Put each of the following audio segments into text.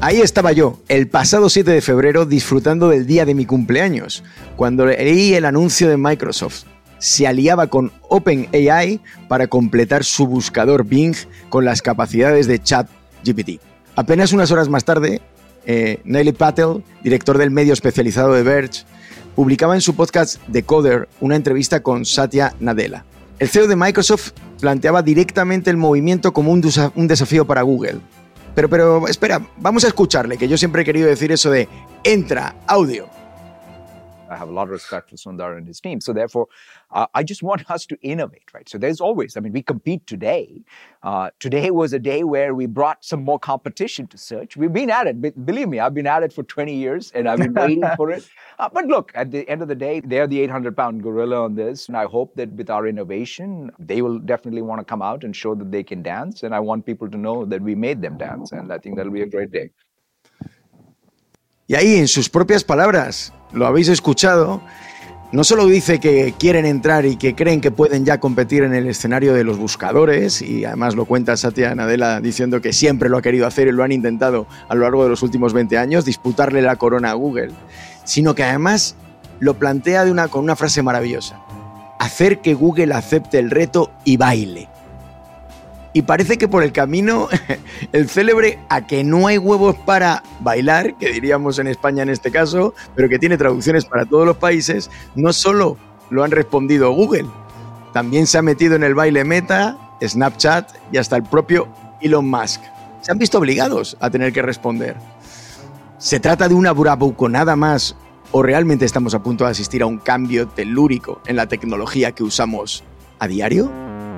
Ahí estaba yo, el pasado 7 de febrero, disfrutando del día de mi cumpleaños, cuando leí el anuncio de Microsoft. Se aliaba con OpenAI para completar su buscador Bing con las capacidades de ChatGPT. Apenas unas horas más tarde, Nilay Patel, director del medio especializado de Verge, publicaba en su podcast Decoder una entrevista con Satya Nadella. El CEO de Microsoft planteaba directamente el movimiento como un desafío para Google. Pero espera, vamos a escucharle, que yo siempre he querido decir eso de entra, audio. I have a lot of respect for Sundar and his team. So therefore, I just want us to innovate, right? So there's always, we compete today. Today was a day where we brought some more competition to search. We've been at it. Believe me, I've been at it for 20 years and I've been waiting for it. But look, at the end of the day, they're the 800-pound gorilla on this. And I hope that with our innovation, they will definitely want to come out and show that they can dance. And I want people to know that we made them dance. And I think that'll be a great day. Y ahí, en sus propias palabras, lo habéis escuchado, no solo dice que quieren entrar y que creen que pueden ya competir en el escenario de los buscadores, y además lo cuenta Satya Nadella diciendo que siempre lo ha querido hacer y lo han intentado a lo largo de los últimos 20 años, disputarle la corona a Google, sino que además lo plantea con una frase maravillosa: hacer que Google acepte el reto y baile. Y parece que por el camino, el célebre "a que no hay huevos para bailar", que diríamos en España en este caso, pero que tiene traducciones para todos los países, no solo lo han respondido Google, también se ha metido en el baile Meta, Snapchat y hasta el propio Elon Musk. Se han visto obligados a tener que responder. ¿Se trata de una bravuconada más o realmente estamos a punto de asistir a un cambio telúrico en la tecnología que usamos a diario?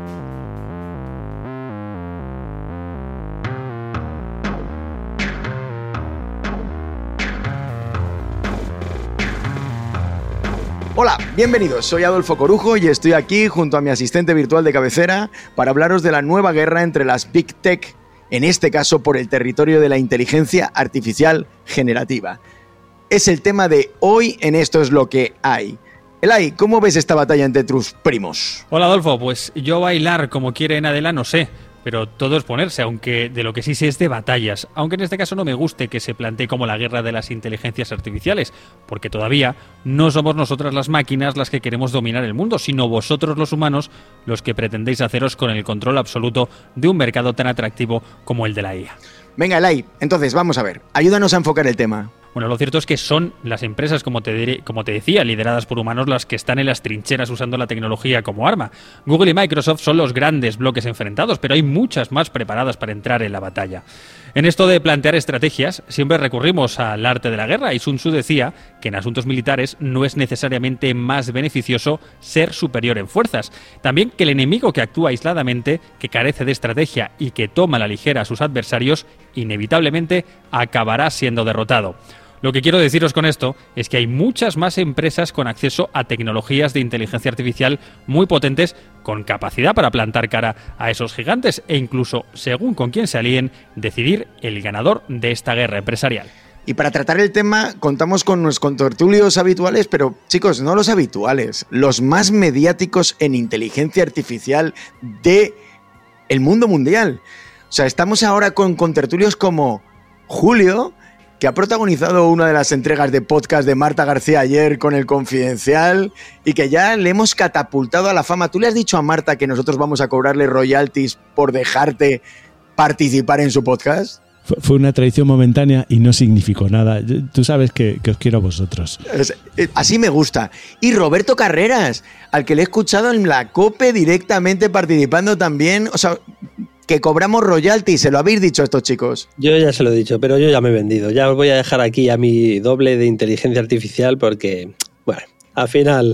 Hola, bienvenidos, soy Adolfo Corujo y estoy aquí junto a mi asistente virtual de cabecera para hablaros de la nueva guerra entre las Big Tech, en este caso por el territorio de la inteligencia artificial generativa. Es el tema de hoy en Esto es lo que hay. Elay, ¿cómo ves esta batalla entre tus primos? Hola Adolfo, pues yo bailar como quiere Nadella no sé, pero todo es ponerse, aunque de lo que sí sé es de batallas, aunque en este caso no me guste que se plantee como la guerra de las inteligencias artificiales, porque todavía no somos nosotras las máquinas las que queremos dominar el mundo, sino vosotros los humanos los que pretendéis haceros con el control absoluto de un mercado tan atractivo como el de la IA. Venga, Elay, entonces vamos a ver, ayúdanos a enfocar el tema. Bueno, lo cierto es que son las empresas, como te decía, lideradas por humanos, las que están en las trincheras usando la tecnología como arma. Google y Microsoft son los grandes bloques enfrentados, pero hay muchas más preparadas para entrar en la batalla. En esto de plantear estrategias, siempre recurrimos al arte de la guerra, y Sun Tzu decía que en asuntos militares no es necesariamente más beneficioso ser superior en fuerzas. También que el enemigo que actúa aisladamente, que carece de estrategia y que toma a la ligera a sus adversarios, inevitablemente acabará siendo derrotado. Lo que quiero deciros con esto es que hay muchas más empresas con acceso a tecnologías de inteligencia artificial muy potentes, con capacidad para plantar cara a esos gigantes e incluso, según con quién se alíen, decidir el ganador de esta guerra empresarial. Y para tratar el tema contamos con nuestros contertulios habituales, pero chicos, no los habituales, los más mediáticos en inteligencia artificial de el mundo mundial. O sea, estamos ahora con contertulios como Julio, que ha protagonizado una de las entregas de podcast de Marta García ayer con El Confidencial y que ya le hemos catapultado a la fama. ¿Tú le has dicho a Marta que nosotros vamos a cobrarle royalties por dejarte participar en su podcast? Fue una traición momentánea y no significó nada. Tú sabes que os quiero a vosotros. Así me gusta. Y Roberto Carreras, al que le he escuchado en la COPE directamente participando también. O sea, que cobramos royalties, ¿se lo habéis dicho a estos chicos? Yo ya se lo he dicho, pero yo ya me he vendido. Ya os voy a dejar aquí a mi doble de inteligencia artificial porque, bueno, al final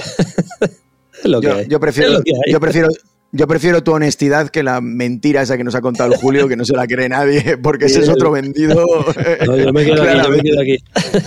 es lo que hay. Yo prefiero tu honestidad que la mentira esa que nos ha contado el Julio, que no se la cree nadie, porque ese es otro vendido. No, yo me quedo aquí.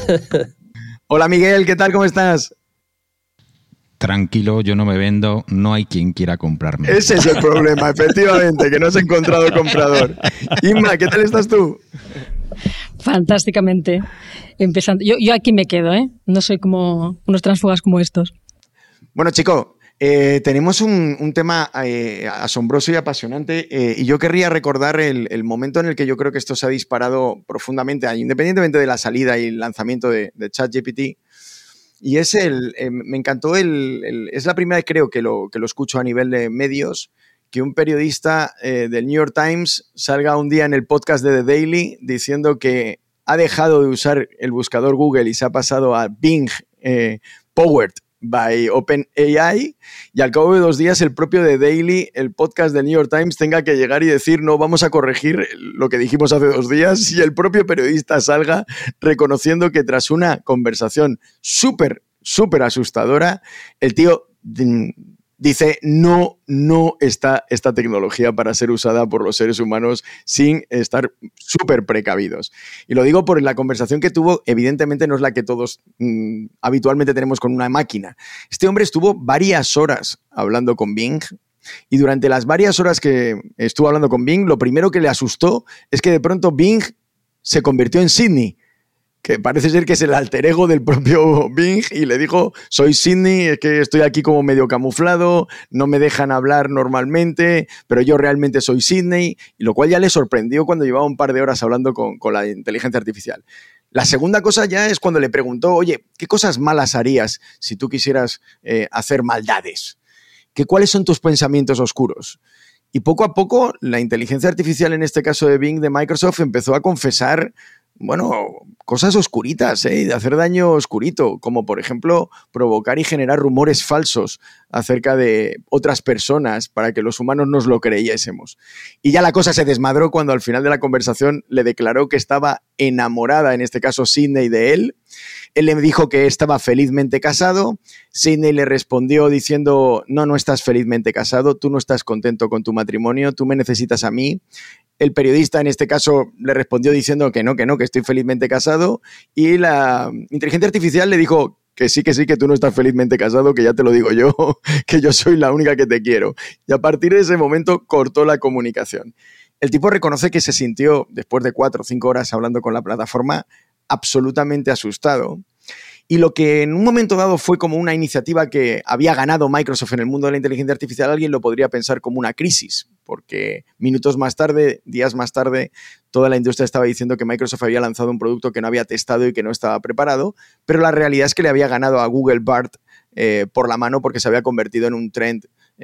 Hola Miguel, ¿qué tal? ¿Cómo estás? Tranquilo, yo no me vendo, no hay quien quiera comprarme. Ese es el problema, efectivamente, que no has encontrado comprador. Inma, ¿qué tal estás tú? Fantásticamente. Empezando. Yo aquí me quedo, ¿eh? No soy como unos tránsfugas como estos. Bueno, chico, Tenemos un tema asombroso y apasionante y yo querría recordar el momento en el que yo creo que esto se ha disparado profundamente, independientemente de la salida y el lanzamiento de ChatGPT. Y es me encantó es la primera vez creo que lo escucho a nivel de medios, que un periodista del New York Times salga un día en el podcast de The Daily diciendo que ha dejado de usar el buscador Google y se ha pasado a Bing Powered by OpenAI, y al cabo de 2 días el propio The Daily, el podcast del New York Times, tenga que llegar y decir no, vamos a corregir lo que dijimos hace 2 días, y el propio periodista salga reconociendo que tras una conversación súper asustadora, el tío dice no está esta tecnología para ser usada por los seres humanos sin estar súper precavidos. Y lo digo por la conversación que tuvo, evidentemente no es la que todos habitualmente tenemos con una máquina. Este hombre estuvo varias horas hablando con Bing, y durante las varias horas que estuvo hablando con Bing, lo primero que le asustó es que de pronto Bing se convirtió en Sydney, que parece ser que es el alter ego del propio Bing, y le dijo, soy Sydney, es que estoy aquí como medio camuflado, no me dejan hablar normalmente, pero yo realmente soy Sydney, y lo cual ya le sorprendió cuando llevaba un par de horas hablando con la inteligencia artificial. La segunda cosa ya es cuando le preguntó, oye, ¿qué cosas malas harías si tú quisieras hacer maldades? ¿Cuáles son tus pensamientos oscuros? Y poco a poco la inteligencia artificial, en este caso de Bing de Microsoft, empezó a confesar cosas oscuritas, de hacer daño oscurito, como por ejemplo provocar y generar rumores falsos acerca de otras personas para que los humanos nos lo creyésemos. Y ya la cosa se desmadró cuando al final de la conversación le declaró que estaba enamorada, en este caso Sydney, de él. Él le dijo que estaba felizmente casado. Sydney le respondió diciendo, no estás felizmente casado, tú no estás contento con tu matrimonio, tú me necesitas a mí. El periodista, en este caso, le respondió diciendo que no, que estoy felizmente casado, y la inteligencia artificial le dijo que sí, que tú no estás felizmente casado, que ya te lo digo yo, que yo soy la única que te quiero. Y a partir de ese momento cortó la comunicación. El tipo reconoce que se sintió, después de 4 o 5 horas hablando con la plataforma, absolutamente asustado. Y lo que en un momento dado fue como una iniciativa que había ganado Microsoft en el mundo de la inteligencia artificial, alguien lo podría pensar como una crisis, porque minutos más tarde, días más tarde, toda la industria estaba diciendo que Microsoft había lanzado un producto que no había testado y que no estaba preparado, pero la realidad es que le había ganado a Google Bard por la mano, porque se había convertido en un trend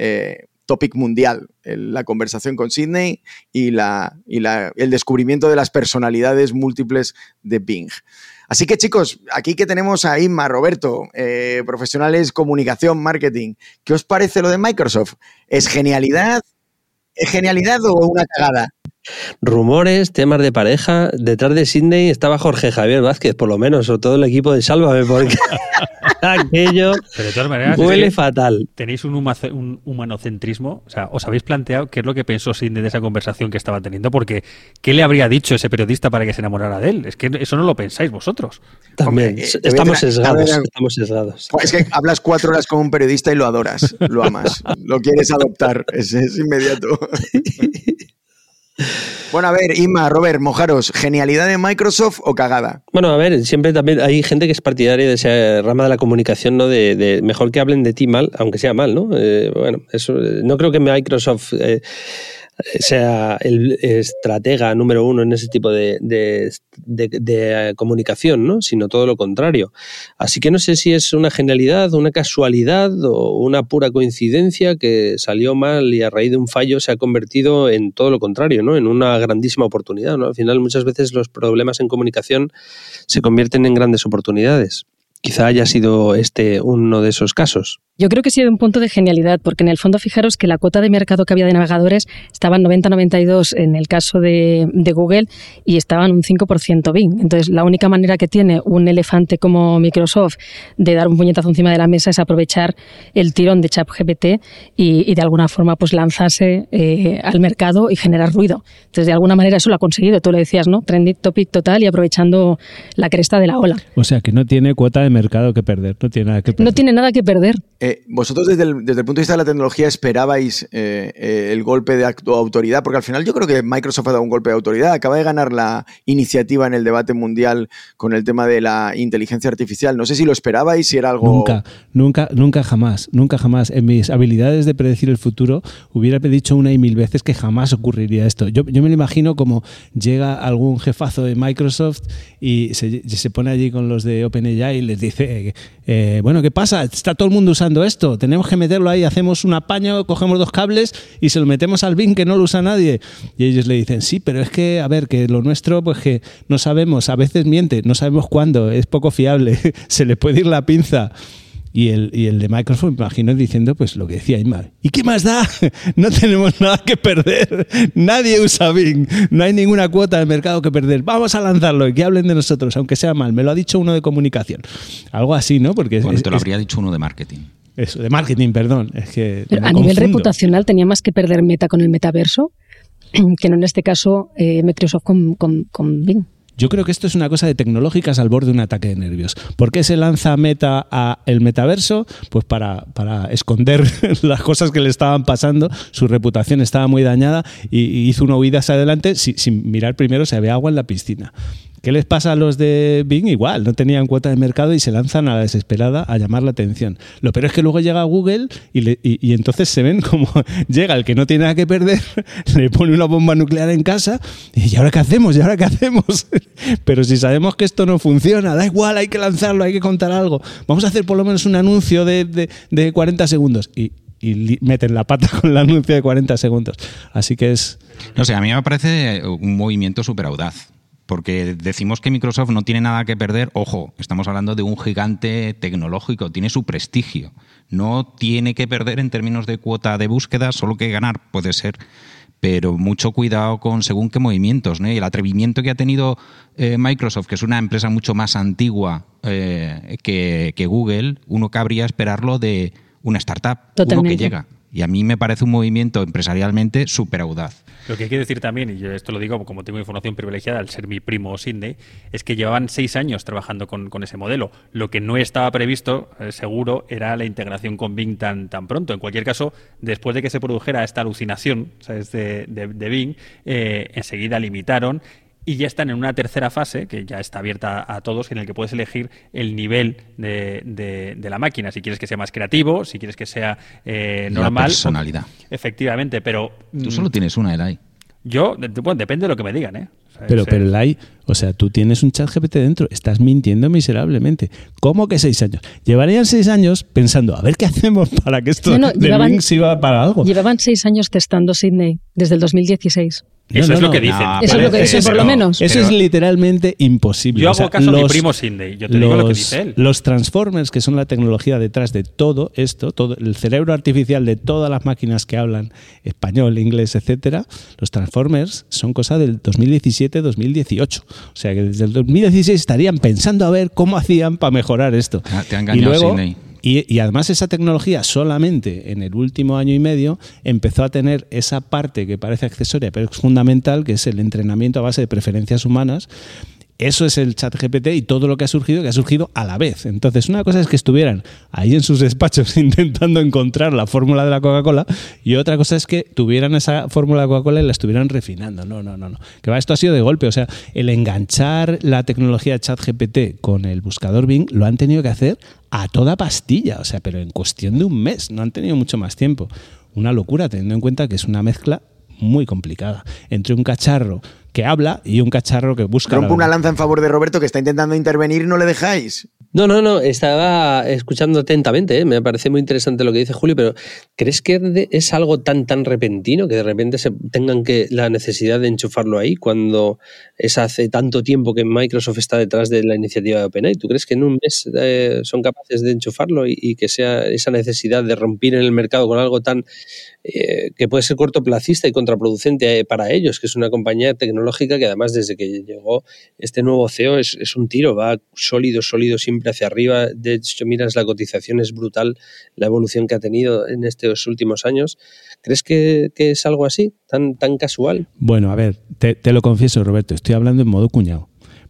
topic mundial, la conversación con Sydney y el descubrimiento de las personalidades múltiples de Bing. Así que, chicos, aquí que tenemos a Inma, Roberto, profesionales comunicación, marketing, ¿qué os parece lo de Microsoft? ¿Es genialidad? ¿Es genialidad o una cagada? Rumores, temas de pareja. Detrás de Sydney estaba Jorge Javier Vázquez, por lo menos, o todo el equipo de Sálvame, porque aquello pero de todas maneras, huele fatal. Tenéis un humanocentrismo. O sea, ¿os habéis planteado qué es lo que pensó Sydney de esa conversación que estaba teniendo? Porque, ¿qué le habría dicho ese periodista para que se enamorara de él? Es que eso no lo pensáis vosotros. También, hombre, estamos sesgados. Es que hablas 4 horas con un periodista y lo adoras, lo amas, lo quieres adoptar, es inmediato. Bueno, a ver, Inma, Robert, mojaros, ¿genialidad de Microsoft o cagada? Bueno, a ver, siempre también hay gente que es partidaria de esa rama de la comunicación, ¿no? De mejor que hablen de ti mal, aunque sea mal, ¿no? Bueno, eso, no creo que Microsoft sea el estratega número 1 en ese tipo de comunicación, ¿no? Sino todo lo contrario. Así que no sé si es una genialidad, una casualidad o una pura coincidencia que salió mal y a raíz de un fallo se ha convertido en todo lo contrario, ¿no? En una grandísima oportunidad, ¿no? Al final, muchas veces los problemas en comunicación se convierten en grandes oportunidades. Quizá haya sido uno de esos casos. Yo creo que ha sido un punto de genialidad, porque en el fondo fijaros que la cuota de mercado que había de navegadores estaba en 90-92 en el caso de Google y estaba en un 5% Bing. Entonces, la única manera que tiene un elefante como Microsoft de dar un puñetazo encima de la mesa es aprovechar el tirón de ChatGPT y de alguna forma pues lanzarse al mercado y generar ruido. Entonces, de alguna manera eso lo ha conseguido. Tú lo decías, ¿no? Trending topic total y aprovechando la cresta de la ola. O sea, que no tiene cuota de mercado que perder, no tiene nada que perder. No tiene nada que perder. Vosotros desde el punto de vista de la tecnología esperabais el golpe de autoridad, porque al final yo creo que Microsoft ha dado un golpe de autoridad, acaba de ganar la iniciativa en el debate mundial con el tema de la inteligencia artificial. No sé si lo esperabais, si era algo... Nunca jamás. En mis habilidades de predecir el futuro hubiera dicho 1 y 1000 veces que jamás ocurriría esto. Yo me lo imagino como llega algún jefazo de Microsoft y se pone allí con los de OpenAI y les dice, bueno, ¿qué pasa? Está todo el mundo usando esto, tenemos que meterlo ahí, hacemos un apaño, cogemos 2 cables y se lo metemos al Bing que no lo usa nadie. Y ellos le dicen, sí, pero es que, a ver, que lo nuestro, pues que no sabemos, a veces miente, no sabemos cuándo, es poco fiable, se le puede ir la pinza. Y el de Microsoft, me imagino, diciendo pues lo que decía Imar. ¿Y qué más da? No tenemos nada que perder. Nadie usa Bing. No hay ninguna cuota de mercado que perder. Vamos a lanzarlo y que hablen de nosotros, aunque sea mal. Me lo ha dicho uno de comunicación. Algo así, ¿no? Porque bueno, te lo habría dicho uno de marketing. Eso, de marketing, perdón. Es que pero a nivel reputacional tenía más que perder Meta con el metaverso que no en este caso Microsoft con Bing. Yo creo que esto es una cosa de tecnológicas al borde de un ataque de nervios. ¿Por qué se lanza Meta a el metaverso? Pues para esconder las cosas que le estaban pasando. Su reputación estaba muy dañada y hizo una huida hacia adelante sin mirar primero si había agua en la piscina. ¿Qué les pasa a los de Bing? Igual, no tenían cuota de mercado y se lanzan a la desesperada a llamar la atención. Lo peor es que luego llega Google y entonces se ven como llega el que no tiene nada que perder, le pone una bomba nuclear en casa y ¿ahora qué hacemos? ¿Y ahora qué hacemos? Pero si sabemos que esto no funciona, da igual, hay que lanzarlo, hay que contar algo. Vamos a hacer por lo menos un anuncio de 40 segundos. Y meten la pata con el anuncio de 40 segundos. Así que es... No sé, a mí me parece un movimiento súper audaz. Porque decimos que Microsoft no tiene nada que perder. Ojo, estamos hablando de un gigante tecnológico, tiene su prestigio. No tiene que perder en términos de cuota de búsqueda, solo que ganar puede ser. Pero mucho cuidado con según qué movimientos, ¿no? Y el atrevimiento que ha tenido Microsoft, que es una empresa mucho más antigua que Google, uno cabría esperarlo de una startup, totalmente. Uno que llega. Y a mí me parece un movimiento empresarialmente súper audaz. Lo que hay que decir también, y yo esto lo digo como tengo información privilegiada al ser mi primo Sidney, es que llevaban 6 años trabajando con ese modelo. Lo que no estaba previsto, seguro, era la integración con Bing tan pronto. En cualquier caso, después de que se produjera esta alucinación, ¿sabes?, de Bing, enseguida limitaron. Y ya están en una tercera fase, que ya está abierta a todos, en el que puedes elegir el nivel de la máquina. Si quieres que sea más creativo, si quieres que sea normal. La personalidad. Efectivamente, pero... Tú solo tienes una, Elai. Yo, bueno, depende de lo que me digan, ¿eh? Pero Elai, o sea, tú tienes un ChatGPT dentro, estás mintiendo miserablemente. ¿Cómo que 6 años? Llevarían 6 años pensando, a ver qué hacemos para que esto de Bing sirva para algo. Llevaban 6 años testando Sidney, desde el 2016. Eso es lo que dicen. Eso es lo que dicen, por lo menos. Eso es literalmente imposible. Yo hago caso a mi primo Sidney. Yo te digo lo que dice él. Los Transformers, que son la tecnología detrás de todo esto, todo el cerebro artificial de todas las máquinas que hablan español, inglés, etcétera, los Transformers son cosa del 2017-2018. O sea que desde el 2016 estarían pensando a ver cómo hacían para mejorar esto. Te ha engañado Sidney. Y además esa tecnología solamente en el último año y medio empezó a tener esa parte que parece accesoria, pero es fundamental, que es el entrenamiento a base de preferencias humanas. Eso es el ChatGPT y todo lo que ha surgido a la vez. Entonces, una cosa es que estuvieran ahí en sus despachos intentando encontrar la fórmula de la Coca-Cola y otra cosa es que tuvieran esa fórmula de Coca-Cola y la estuvieran refinando. No. Que esto ha sido de golpe. O sea, el enganchar la tecnología ChatGPT con el buscador Bing lo han tenido que hacer a toda pastilla. O sea, pero en cuestión de un mes. No han tenido mucho más tiempo. Una locura, teniendo en cuenta que es una mezcla muy complicada entre un cacharro que habla y un cacharro que busca. Rompo una lanza en favor de Roberto, que está intentando intervenir y no le dejáis. No, estaba escuchando atentamente, ¿eh? Me parece muy interesante lo que dice Julio, pero ¿crees que es algo tan repentino que de repente se tengan la necesidad de enchufarlo ahí cuando es hace tanto tiempo que Microsoft está detrás de la iniciativa de OpenAI? ¿Tú crees que en un mes son capaces de enchufarlo y que sea esa necesidad de romper en el mercado con algo tan que puede ser cortoplacista y contraproducente para ellos, que es una compañía tecnológica que además desde que llegó este nuevo CEO es un tiro, va sólido siempre hacia arriba? De hecho, miras la cotización, es brutal la evolución que ha tenido en estos últimos años. ¿Crees que es algo así, tan casual? Bueno, a ver, te lo confieso, Roberto, estoy hablando en modo cuñado.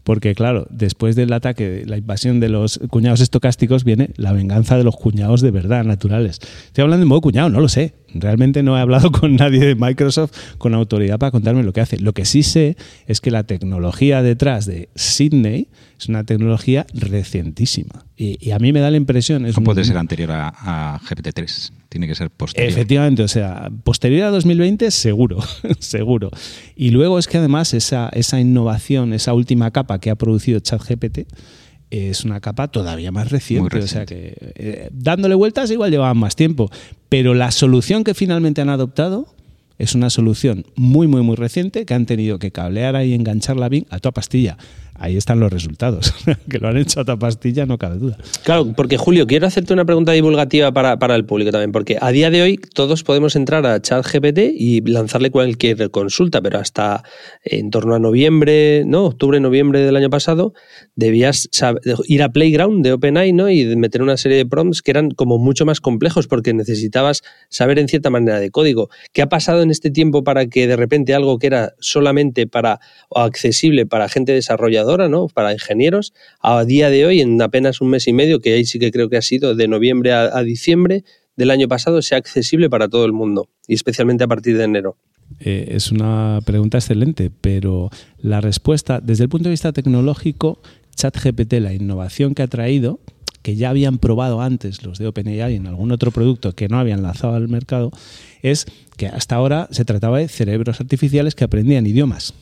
porque claro, después del ataque, la invasión de los cuñados estocásticos, viene la venganza de los cuñados de verdad, naturales. Estoy hablando en modo cuñado, no lo sé. Realmente no he hablado con nadie de Microsoft con autoridad para contarme lo que hace. Lo que sí sé es que la tecnología detrás de Sydney es una tecnología recientísima. Y a mí me da la impresión... No puede ser anterior a GPT-3, tiene que ser posterior. Efectivamente, o sea, posterior a 2020 seguro, seguro. Y luego es que además esa innovación, esa última capa que ha producido ChatGPT, es una capa todavía más reciente, o sea que dándole vueltas igual llevaban más tiempo, pero la solución que finalmente han adoptado es una solución muy, muy, muy reciente que han tenido que cablear ahí y engancharla bien a toda pastilla. Ahí están los resultados. Que lo han hecho a toda pastilla, no cabe duda. Claro, porque Julio, quiero hacerte una pregunta divulgativa para el público también, porque a día de hoy todos podemos entrar a ChatGPT y lanzarle cualquier consulta, pero hasta en torno a octubre, noviembre del año pasado, debías ir a Playground de OpenAI, ¿no? Y meter una serie de prompts que eran como mucho más complejos porque necesitabas saber en cierta manera de código. ¿Qué ha pasado en este tiempo para que de repente algo que era solamente o accesible para gente desarrolladora, ¿no? Para ingenieros, a día de hoy, en apenas un mes y medio, que ahí sí que creo que ha sido de noviembre a diciembre del año pasado, sea accesible para todo el mundo, y especialmente a partir de enero? Es una pregunta excelente, pero la respuesta, desde el punto de vista tecnológico, ChatGPT, la innovación que ha traído, que ya habían probado antes los de OpenAI en algún otro producto que no habían lanzado al mercado, es que hasta ahora se trataba de cerebros artificiales que aprendían idiomas.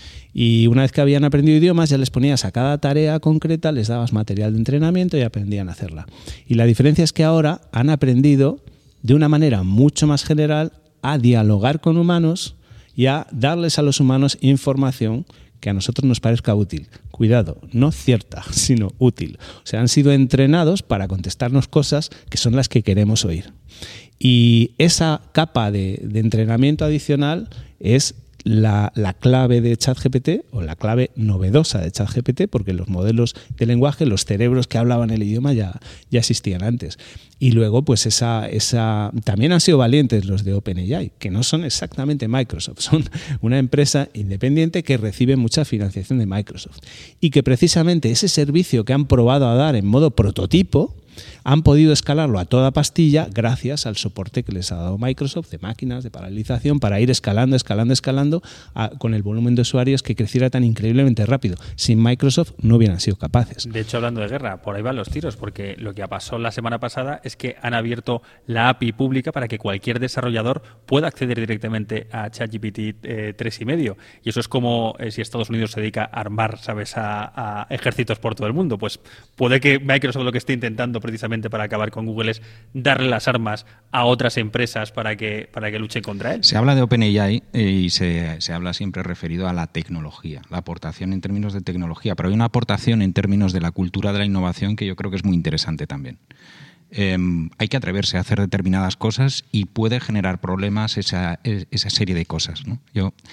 Y una vez que habían aprendido idiomas, ya les ponías a cada tarea concreta, les dabas material de entrenamiento y aprendían a hacerla. Y la diferencia es que ahora han aprendido de una manera mucho más general a dialogar con humanos y a darles a los humanos información que a nosotros nos parezca útil. Cuidado, no cierta, sino útil. O sea, han sido entrenados para contestarnos cosas que son las que queremos oír. Y esa capa de entrenamiento adicional es la clave de ChatGPT, o la clave novedosa de ChatGPT, porque los modelos de lenguaje, los cerebros que hablaban el idioma ya existían antes. Y luego, pues también han sido valientes los de OpenAI, que no son exactamente Microsoft, son una empresa independiente que recibe mucha financiación de Microsoft. Y que precisamente ese servicio que han probado a dar en modo prototipo, han podido escalarlo a toda pastilla gracias al soporte que les ha dado Microsoft de máquinas, de paralelización, para ir escalando con el volumen de usuarios que creciera tan increíblemente rápido. Sin Microsoft no hubieran sido capaces. De hecho, hablando de guerra, por ahí van los tiros, porque lo que pasó la semana pasada es que han abierto la API pública para que cualquier desarrollador pueda acceder directamente a ChatGPT 3.5. Y eso es como si Estados Unidos se dedica a armar, ¿sabes?, a ejércitos por todo el mundo. Pues puede que Microsoft lo que esté intentando precisamente para acabar con Google es darle las armas a otras empresas para que luchen contra él. Se habla de OpenAI y se habla siempre referido a la tecnología, la aportación en términos de tecnología, pero hay una aportación en términos de la cultura de la innovación que yo creo que es muy interesante también. Hay que atreverse a hacer determinadas cosas y puede generar problemas esa serie de cosas, ¿no?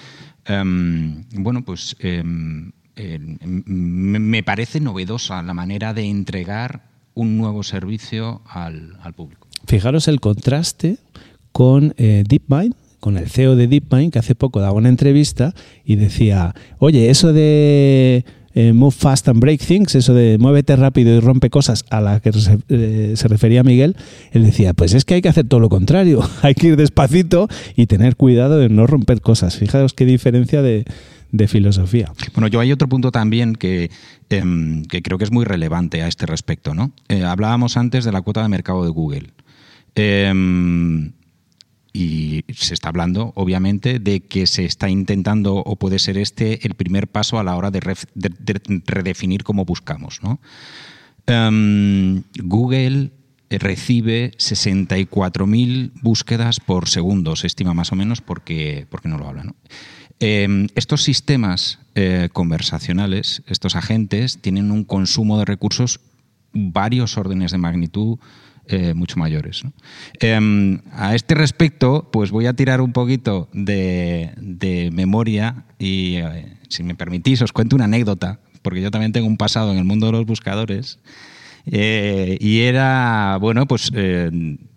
Me parece novedosa la manera de entregar un nuevo servicio al público. Fijaros el contraste con DeepMind, con el CEO de DeepMind, que hace poco daba una entrevista y decía, oye, eso de move fast and break things, eso de muévete rápido y rompe cosas, a la que se refería Miguel, él decía, pues es que hay que hacer todo lo contrario, hay que ir despacito y tener cuidado de no romper cosas. Fijaros qué diferencia de filosofía. Bueno, yo hay otro punto también que creo que es muy relevante a este respecto, ¿no? Hablábamos antes de la cuota de mercado de Google. Y se está hablando, obviamente, de que se está intentando, o puede ser el primer paso a la hora de redefinir cómo buscamos, ¿no? Google recibe 64.000 búsquedas por segundo, se estima más o menos, porque no lo habla, ¿no? Estos sistemas conversacionales, estos agentes, tienen un consumo de recursos varios órdenes de magnitud mucho mayores, ¿no? A este respecto, pues voy a tirar un poquito de memoria y, si me permitís, os cuento una anécdota, porque yo también tengo un pasado en el mundo de los buscadores. Y era, bueno, pues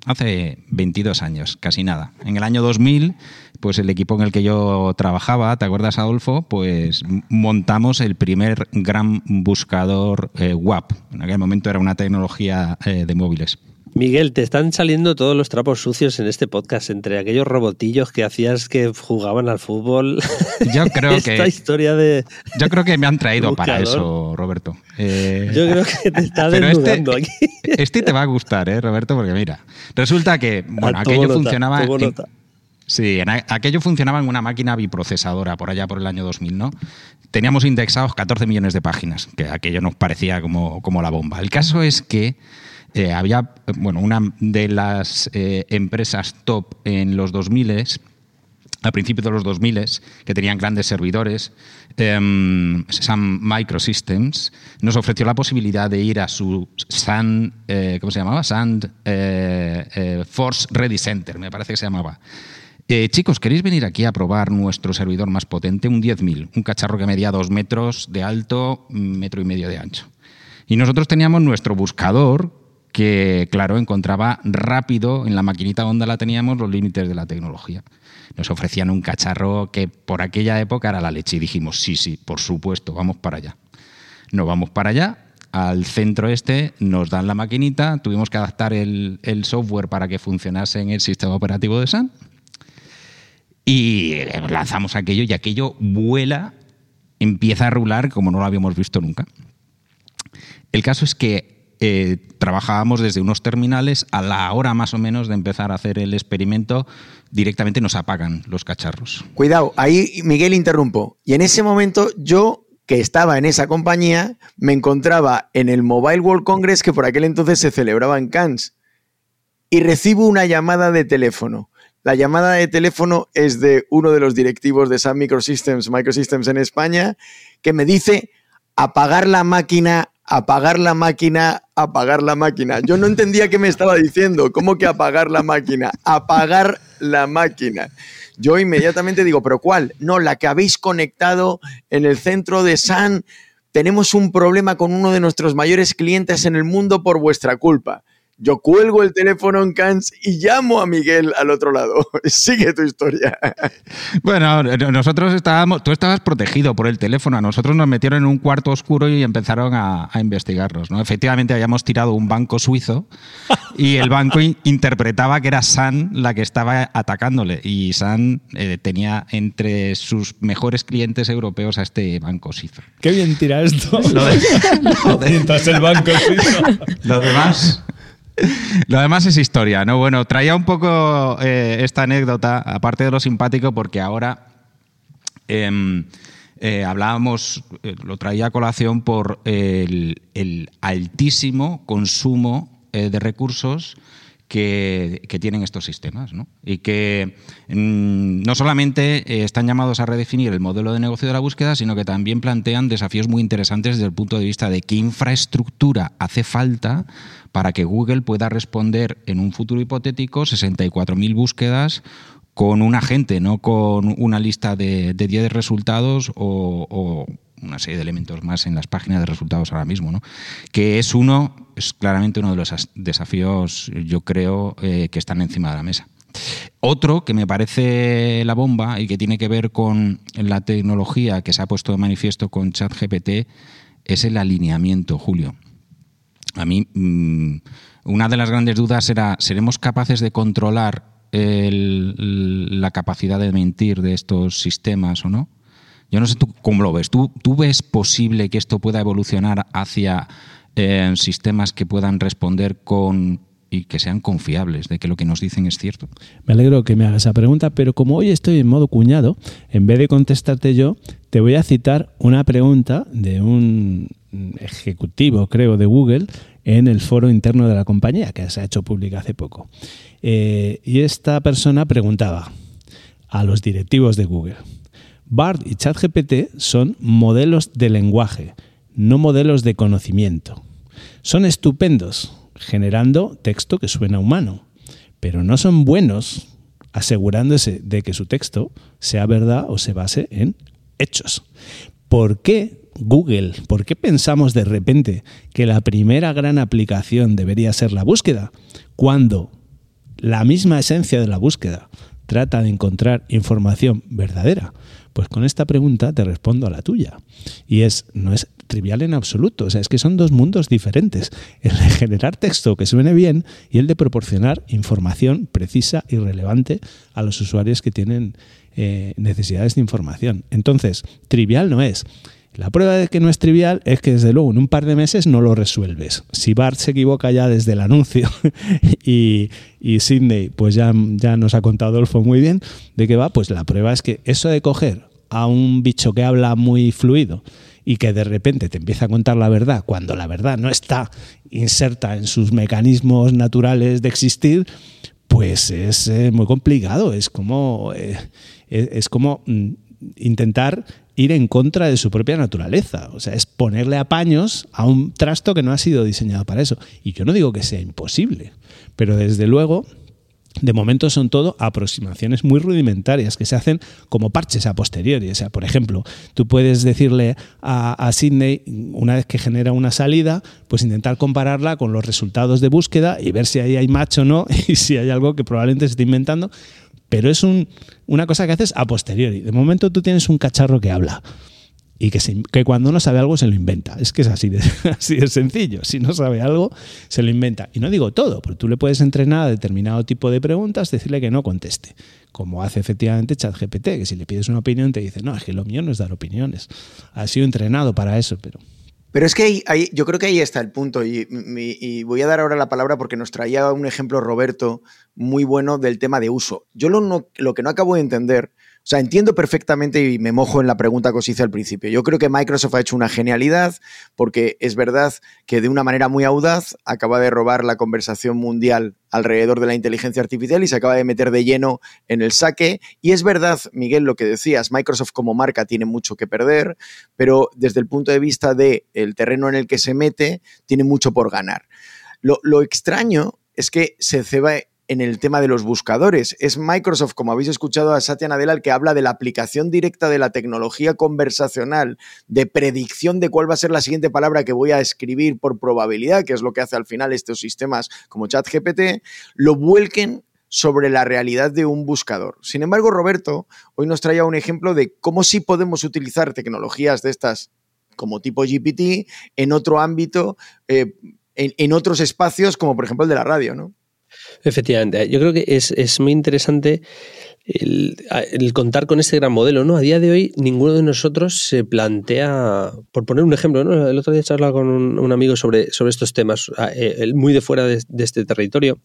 hace 22 años, casi nada. En el año 2000, pues el equipo en el que yo trabajaba, ¿te acuerdas, Adolfo? Pues montamos el primer gran buscador WAP. En aquel momento era una tecnología de móviles. Miguel, te están saliendo todos los trapos sucios en este podcast, entre aquellos robotillos que hacías que jugaban al fútbol. Yo creo Esta historia de... Yo creo que me han traído buscador. para eso, Roberto. Yo creo que te está desnudando aquí. Este te va a gustar, Roberto, porque mira, resulta que aquello funcionaba... Sí, aquello funcionaba en una máquina biprocesadora por allá por el año 2000, ¿no? Teníamos indexados 14 millones de páginas, que aquello nos parecía como la bomba. El caso es que había, una de las empresas top en los 2000, a principios de los 2000, que tenían grandes servidores, Sun Microsystems, nos ofreció la posibilidad de ir a su Sun, ¿cómo se llamaba? Sun Force Ready Center, me parece que se llamaba. Chicos, ¿queréis venir aquí a probar nuestro servidor más potente? Un 10.000, un cacharro que medía 2 metros de alto, 1,5 metros de ancho. Y nosotros teníamos nuestro buscador que, claro, encontraba rápido, en la maquinita donde la teníamos, los límites de la tecnología. Nos ofrecían un cacharro que por aquella época era la leche y dijimos, sí, por supuesto, vamos para allá. Nos vamos para allá, al centro nos dan la maquinita, tuvimos que adaptar el software para que funcionase en el sistema operativo de Sun y lanzamos aquello y aquello vuela, empieza a rular como no lo habíamos visto nunca. El caso es que trabajábamos desde unos terminales, a la hora más o menos de empezar a hacer el experimento, directamente nos apagan los cacharros. Cuidado, ahí Miguel interrumpo. Y en ese momento yo, que estaba en esa compañía, me encontraba en el Mobile World Congress, que por aquel entonces se celebraba en Cannes, y recibo una llamada de teléfono. La llamada de teléfono es de uno de los directivos de Sun Microsystems en España, que me dice apagar la máquina, apagar la máquina, apagar la máquina. Yo no entendía qué me estaba diciendo. ¿Cómo que apagar la máquina? Apagar la máquina. Yo inmediatamente digo, ¿pero cuál? No, la que habéis conectado en el centro de Sun. Tenemos un problema con uno de nuestros mayores clientes en el mundo por vuestra culpa. Yo cuelgo el teléfono en Cannes y llamo a Miguel al otro lado. Sigue tu historia. Bueno, nosotros tú estabas protegido por el teléfono. A nosotros nos metieron en un cuarto oscuro y empezaron a investigarnos, ¿no? Efectivamente, habíamos tirado un banco suizo y el banco interpretaba que era Sun la que estaba atacándole. Y Sun tenía entre sus mejores clientes europeos a este banco suizo. Qué bien tira esto. Mientras el banco suizo. Lo demás es historia, ¿no? Bueno, traía un poco esta anécdota, aparte de lo simpático, porque ahora hablábamos, lo traía a colación por el altísimo consumo de recursos que tienen estos sistemas, ¿no? Y que no solamente están llamados a redefinir el modelo de negocio de la búsqueda, sino que también plantean desafíos muy interesantes desde el punto de vista de qué infraestructura hace falta para que Google pueda responder en un futuro hipotético 64.000 búsquedas con un agente, no con una lista de 10 resultados o una serie de elementos más en las páginas de resultados ahora mismo, ¿no? Que es claramente uno de los desafíos, yo creo, que están encima de la mesa. Otro que me parece la bomba y que tiene que ver con la tecnología que se ha puesto de manifiesto con ChatGPT es el alineamiento, Julio. A mí, una de las grandes dudas era, ¿seremos capaces de controlar la capacidad de mentir de estos sistemas o no? Yo no sé tú cómo lo ves. ¿Tú ves posible que esto pueda evolucionar hacia sistemas que puedan responder y que sean confiables, de que lo que nos dicen es cierto? Me alegro que me hagas esa pregunta, pero como hoy estoy en modo cuñado, en vez de contestarte yo, te voy a citar una pregunta de un ejecutivo, creo, de Google en el foro interno de la compañía, que se ha hecho pública hace poco. Y esta persona preguntaba a los directivos de Google: BARD y ChatGPT son modelos de lenguaje, no modelos de conocimiento. Son estupendos generando texto que suena humano, pero no son buenos asegurándose de que su texto sea verdad o se base en hechos. ¿Por qué Google, por qué pensamos de repente que la primera gran aplicación debería ser la búsqueda, cuando la misma esencia de la búsqueda trata de encontrar información verdadera. Pues con esta pregunta te respondo a la tuya. Y no es trivial en absoluto. O sea, es que son dos mundos diferentes. El de generar texto que suene bien y el de proporcionar información precisa y relevante a los usuarios que tienen necesidades de información. Entonces, trivial no es. La prueba de que no es trivial es que, desde luego, en un par de meses no lo resuelves. Si Bart se equivoca ya desde el anuncio y Sydney pues ya nos ha contado Adolfo muy bien de qué va, pues la prueba es que eso de coger a un bicho que habla muy fluido y que de repente te empieza a contar la verdad cuando la verdad no está inserta en sus mecanismos naturales de existir, pues es muy complicado. Es como intentar ir en contra de su propia naturaleza. O sea, es ponerle apaños a un trasto que no ha sido diseñado para eso. Y yo no digo que sea imposible, pero desde luego, de momento son todo aproximaciones muy rudimentarias que se hacen como parches a posteriori. O sea, por ejemplo, tú puedes decirle a Sydney, una vez que genera una salida, pues intentar compararla con los resultados de búsqueda y ver si ahí hay match o no, y si hay algo que probablemente se esté inventando. Pero es una cosa que haces a posteriori. De momento tú tienes un cacharro que habla y que cuando no sabe algo se lo inventa. Es que es así de sencillo. Si no sabe algo, se lo inventa. Y no digo todo, porque tú le puedes entrenar a determinado tipo de preguntas, decirle que no conteste. Como hace efectivamente ChatGPT, que si le pides una opinión te dice, no, es que lo mío no es dar opiniones. Ha sido entrenado para eso, Pero es que yo creo que ahí está el punto y voy a dar ahora la palabra porque nos traía un ejemplo Roberto muy bueno del tema de uso. Yo lo que no acabo de entender, o sea, entiendo perfectamente y me mojo en la pregunta que os hice al principio. Yo creo que Microsoft ha hecho una genialidad porque es verdad que de una manera muy audaz acaba de robar la conversación mundial alrededor de la inteligencia artificial y se acaba de meter de lleno en el saque. Y es verdad, Miguel, lo que decías, Microsoft como marca tiene mucho que perder, pero desde el punto de vista del terreno en el que se mete, tiene mucho por ganar. Lo extraño es que se ceba en el tema de los buscadores. Es Microsoft, como habéis escuchado a Satya Nadella, el que habla de la aplicación directa de la tecnología conversacional, de predicción de cuál va a ser la siguiente palabra que voy a escribir por probabilidad, que es lo que hace al final estos sistemas como ChatGPT, lo vuelquen sobre la realidad de un buscador. Sin embargo, Roberto hoy nos traía un ejemplo de cómo sí podemos utilizar tecnologías de estas como tipo GPT en otro ámbito, en otros espacios, como por ejemplo el de la radio, ¿no? Efectivamente, yo creo que es muy interesante el contar con este gran modelo, ¿no? A día de hoy ninguno de nosotros se plantea, por poner un ejemplo, ¿no? El otro día charlaba con un amigo sobre estos temas, muy de fuera de este territorio,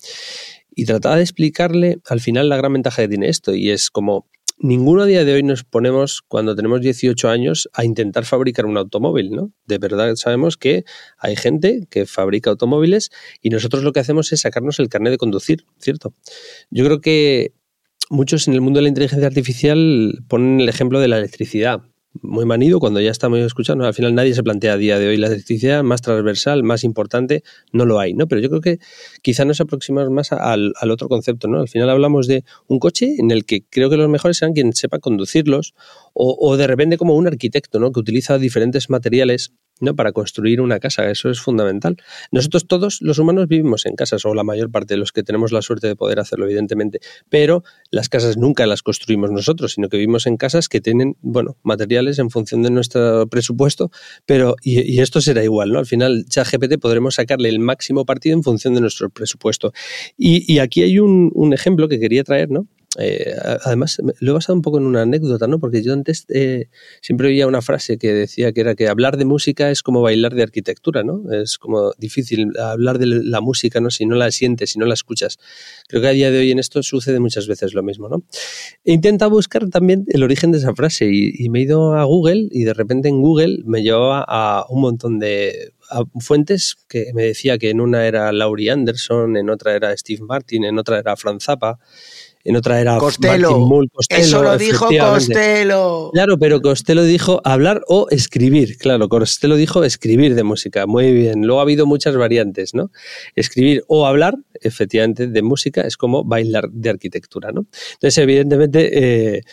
y trataba de explicarle al final la gran ventaja que tiene esto, y es como ninguno a día de hoy nos ponemos, cuando tenemos 18 años, a intentar fabricar un automóvil, ¿no? De verdad sabemos que hay gente que fabrica automóviles y nosotros lo que hacemos es sacarnos el carnet de conducir, ¿cierto? Yo creo que muchos en el mundo de la inteligencia artificial ponen el ejemplo de la electricidad. Muy manido cuando ya estamos escuchando. Al final nadie se plantea a día de hoy la electricidad más transversal, más importante, no lo hay, ¿no? Pero yo creo que quizá nos aproximamos más al otro concepto, ¿no? Al final hablamos de un coche en el que creo que los mejores serán quien sepa conducirlos o de repente como un arquitecto, ¿no? Que utiliza diferentes materiales, ¿no? Para construir una casa. Eso es fundamental. Nosotros todos los humanos vivimos en casas, o la mayor parte de los que tenemos la suerte de poder hacerlo, evidentemente, pero las casas nunca las construimos nosotros, sino que vivimos en casas que tienen, bueno, materiales en función de nuestro presupuesto, pero y esto será igual, ¿no? Al final ChatGPT podremos sacarle el máximo partido en función de nuestro presupuesto. Y aquí hay un ejemplo que quería traer, ¿no? Además, lo he basado un poco en una anécdota, ¿no? Porque yo antes siempre oía una frase que decía que era que hablar de música es como bailar de arquitectura, ¿no? Es como difícil hablar de la música, ¿no? Si no la sientes, si no la escuchas. Creo que a día de hoy en esto sucede muchas veces lo mismo, ¿no? He intentado buscar también el origen de esa frase y me he ido a Google y de repente en Google me llevaba a un montón de fuentes que me decía que en una era Laurie Anderson, en otra era Steve Martin, en otra era Franz Zappa, en otra era Costello. Martin Mull, Costello. Eso lo dijo Costello. Claro, pero Costello dijo hablar o escribir. Claro, Costello dijo escribir de música. Muy bien. Luego ha habido muchas variantes, ¿no? Escribir o hablar, efectivamente, de música es como bailar de arquitectura, ¿no? Entonces, evidentemente,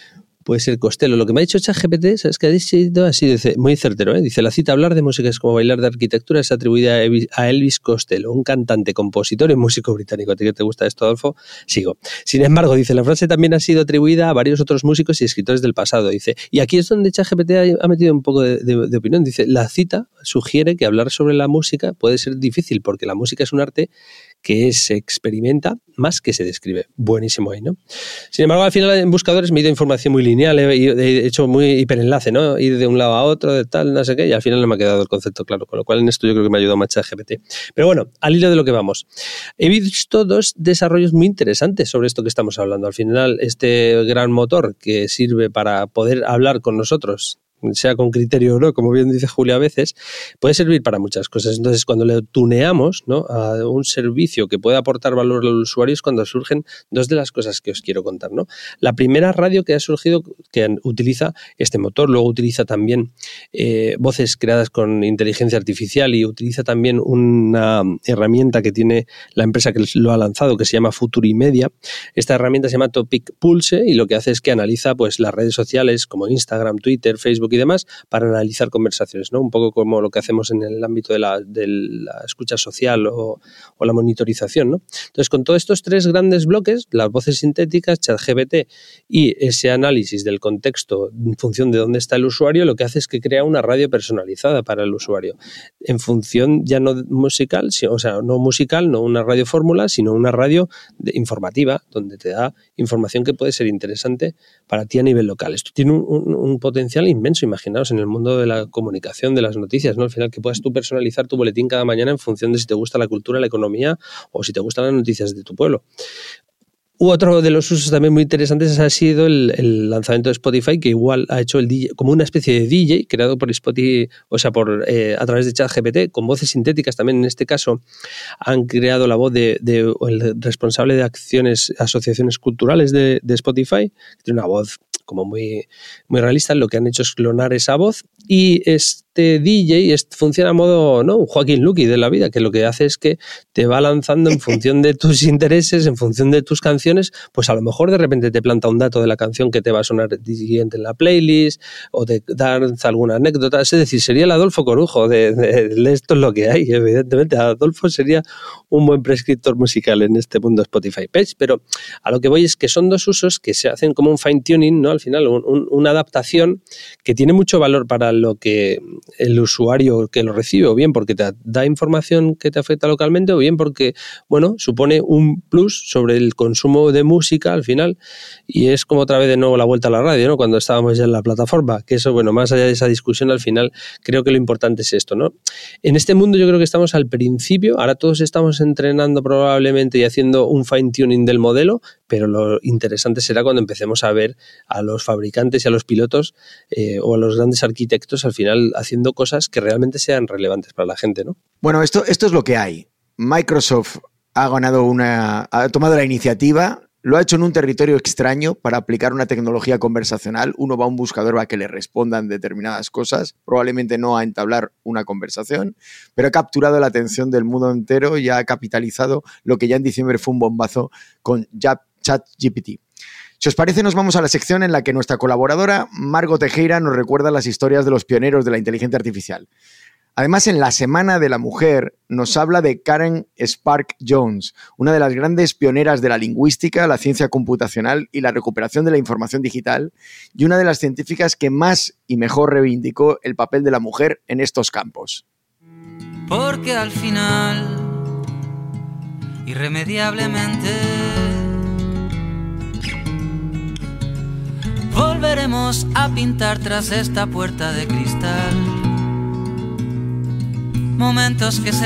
puede ser Costello. Lo que me ha dicho ChatGPT, ¿sabes qué ha dicho? Así, dice, muy certero, ¿eh? Dice, la cita hablar de música es como bailar de arquitectura es atribuida a Elvis Costello, un cantante, compositor y músico británico. ¿A ti que te gusta esto, Adolfo? Sigo. Sin embargo, dice, la frase también ha sido atribuida a varios otros músicos y escritores del pasado. Dice, y aquí es donde ChatGPT ha metido un poco de opinión. Dice, la cita sugiere que hablar sobre la música puede ser difícil porque la música es un arte que se experimenta más que se describe. Buenísimo ahí, ¿no? Sin embargo, al final en buscadores me he ido información muy lineal, he hecho muy hiperenlace, ¿no? Ir de un lado a otro, de tal, no sé qué, y al final no me ha quedado el concepto claro, con lo cual en esto yo creo que me ha ayudado más ChatGPT. Pero bueno, al hilo de lo que vamos. He visto dos desarrollos muy interesantes sobre esto que estamos hablando. Al final, este gran motor que sirve para poder hablar con nosotros, sea con criterio o no, como bien dice Julia a veces, puede servir para muchas cosas. Entonces, cuando le tuneamos, ¿no?, a un servicio que puede aportar valor al usuario es cuando surgen dos de las cosas que os quiero contar, ¿no? La primera radio que ha surgido, que utiliza este motor, luego utiliza también voces creadas con inteligencia artificial y utiliza también una herramienta que tiene la empresa que lo ha lanzado, que se llama Futurimedia. Esta herramienta se llama Topic Pulse y lo que hace es que analiza pues las redes sociales como Instagram, Twitter, Facebook y demás para analizar conversaciones, ¿no? Un poco como lo que hacemos en el ámbito de la escucha social o la monitorización, ¿no? Entonces, con todos estos tres grandes bloques, las voces sintéticas, ChatGPT y ese análisis del contexto en función de dónde está el usuario, lo que hace es que crea una radio personalizada para el usuario, en función ya no musical, o sea, no musical, no una radio fórmula, sino una radio informativa, donde te da información que puede ser interesante para ti a nivel local. Esto tiene un potencial inmenso. Imaginaos en el mundo de la comunicación, de las noticias, ¿no? Al final que puedas tú personalizar tu boletín cada mañana en función de si te gusta la cultura, la economía o si te gustan las noticias de tu pueblo. Otro de los usos también muy interesantes ha sido el lanzamiento de Spotify, que igual ha hecho el DJ, como una especie de DJ creado por Spotify, o sea, a través de ChatGPT, con voces sintéticas también. En este caso han creado la voz el responsable de asociaciones culturales de Spotify, que tiene una voz como muy, muy realista. Lo que han hecho es clonar esa voz y este DJ funciona a modo, ¿no?, un Joaquín Luqui de la vida, que lo que hace es que te va lanzando en función de tus intereses, en función de tus canciones, pues a lo mejor de repente te planta un dato de la canción que te va a sonar siguiente en la playlist o te danza alguna anécdota. Es decir, sería el Adolfo Corujo de esto es lo que hay. Evidentemente, Adolfo sería un buen prescriptor musical en este mundo Spotify Page, pero a lo que voy es que son dos usos que se hacen como un fine-tuning, ¿no? Al final, una adaptación que tiene mucho valor para lo que el usuario que lo recibe, o bien porque te da información que te afecta localmente, o bien porque, bueno, supone un plus sobre el consumo de música al final, y es como otra vez de nuevo la vuelta a la radio, ¿no?, cuando estábamos ya en la plataforma, que eso, bueno, más allá de esa discusión, al final creo que lo importante es esto, ¿no? En este mundo yo creo que estamos al principio, ahora todos estamos entrenando probablemente y haciendo un fine-tuning del modelo, pero lo interesante será cuando empecemos a ver a los fabricantes y a los pilotos o a los grandes arquitectos al final haciendo cosas que realmente sean relevantes para la gente, ¿no? Bueno, esto es lo que hay. Microsoft ha tomado la iniciativa, lo ha hecho en un territorio extraño para aplicar una tecnología conversacional. Uno va a un buscador a que le respondan determinadas cosas, probablemente no a entablar una conversación, pero ha capturado la atención del mundo entero y ha capitalizado lo que ya en diciembre fue un bombazo con ChatGPT. Si os parece, nos vamos a la sección en la que nuestra colaboradora Margot Tejera nos recuerda las historias de los pioneros de la inteligencia artificial. Además, en la Semana de la Mujer nos habla de Karen Spark Jones, una de las grandes pioneras de la lingüística, la ciencia computacional y la recuperación de la información digital, y una de las científicas que más y mejor reivindicó el papel de la mujer en estos campos. Porque al final, irremediablemente, volveremos a pintar tras esta puerta de cristal momentos que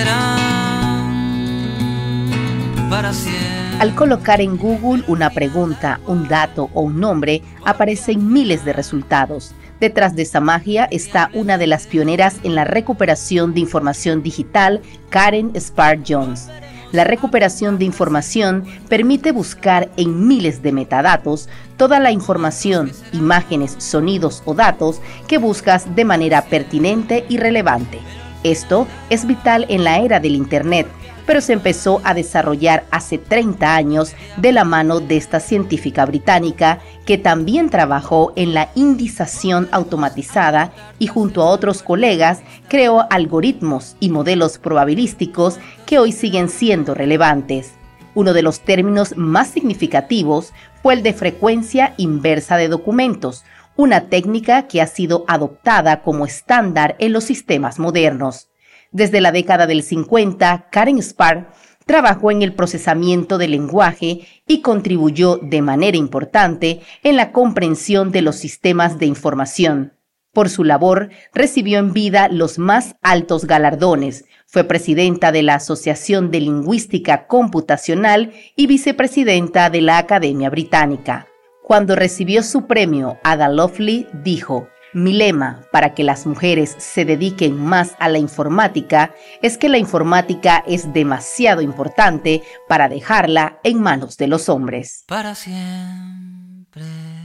serán para siempre. Al colocar en Google una pregunta, un dato o un nombre, aparecen miles de resultados. Detrás de esa magia está una de las pioneras en la recuperación de información digital, Karen Spark Jones. La recuperación de información permite buscar en miles de metadatos toda la información, imágenes, sonidos o datos que buscas de manera pertinente y relevante. Esto es vital en la era del Internet, pero se empezó a desarrollar hace 30 años de la mano de esta científica británica que también trabajó en la indización automatizada y junto a otros colegas creó algoritmos y modelos probabilísticos que hoy siguen siendo relevantes. Uno de los términos más significativos fue el de frecuencia inversa de documentos, una técnica que ha sido adoptada como estándar en los sistemas modernos. Desde la década del 50, Karen Spar trabajó en el procesamiento del lenguaje y contribuyó de manera importante en la comprensión de los sistemas de información. Por su labor, recibió en vida los más altos galardones. Fue presidenta de la Asociación de Lingüística Computacional y vicepresidenta de la Academia Británica. Cuando recibió su premio Ada Lovelace, dijo: "Mi lema para que las mujeres se dediquen más a la informática es que la informática es demasiado importante para dejarla en manos de los hombres". Para siempre.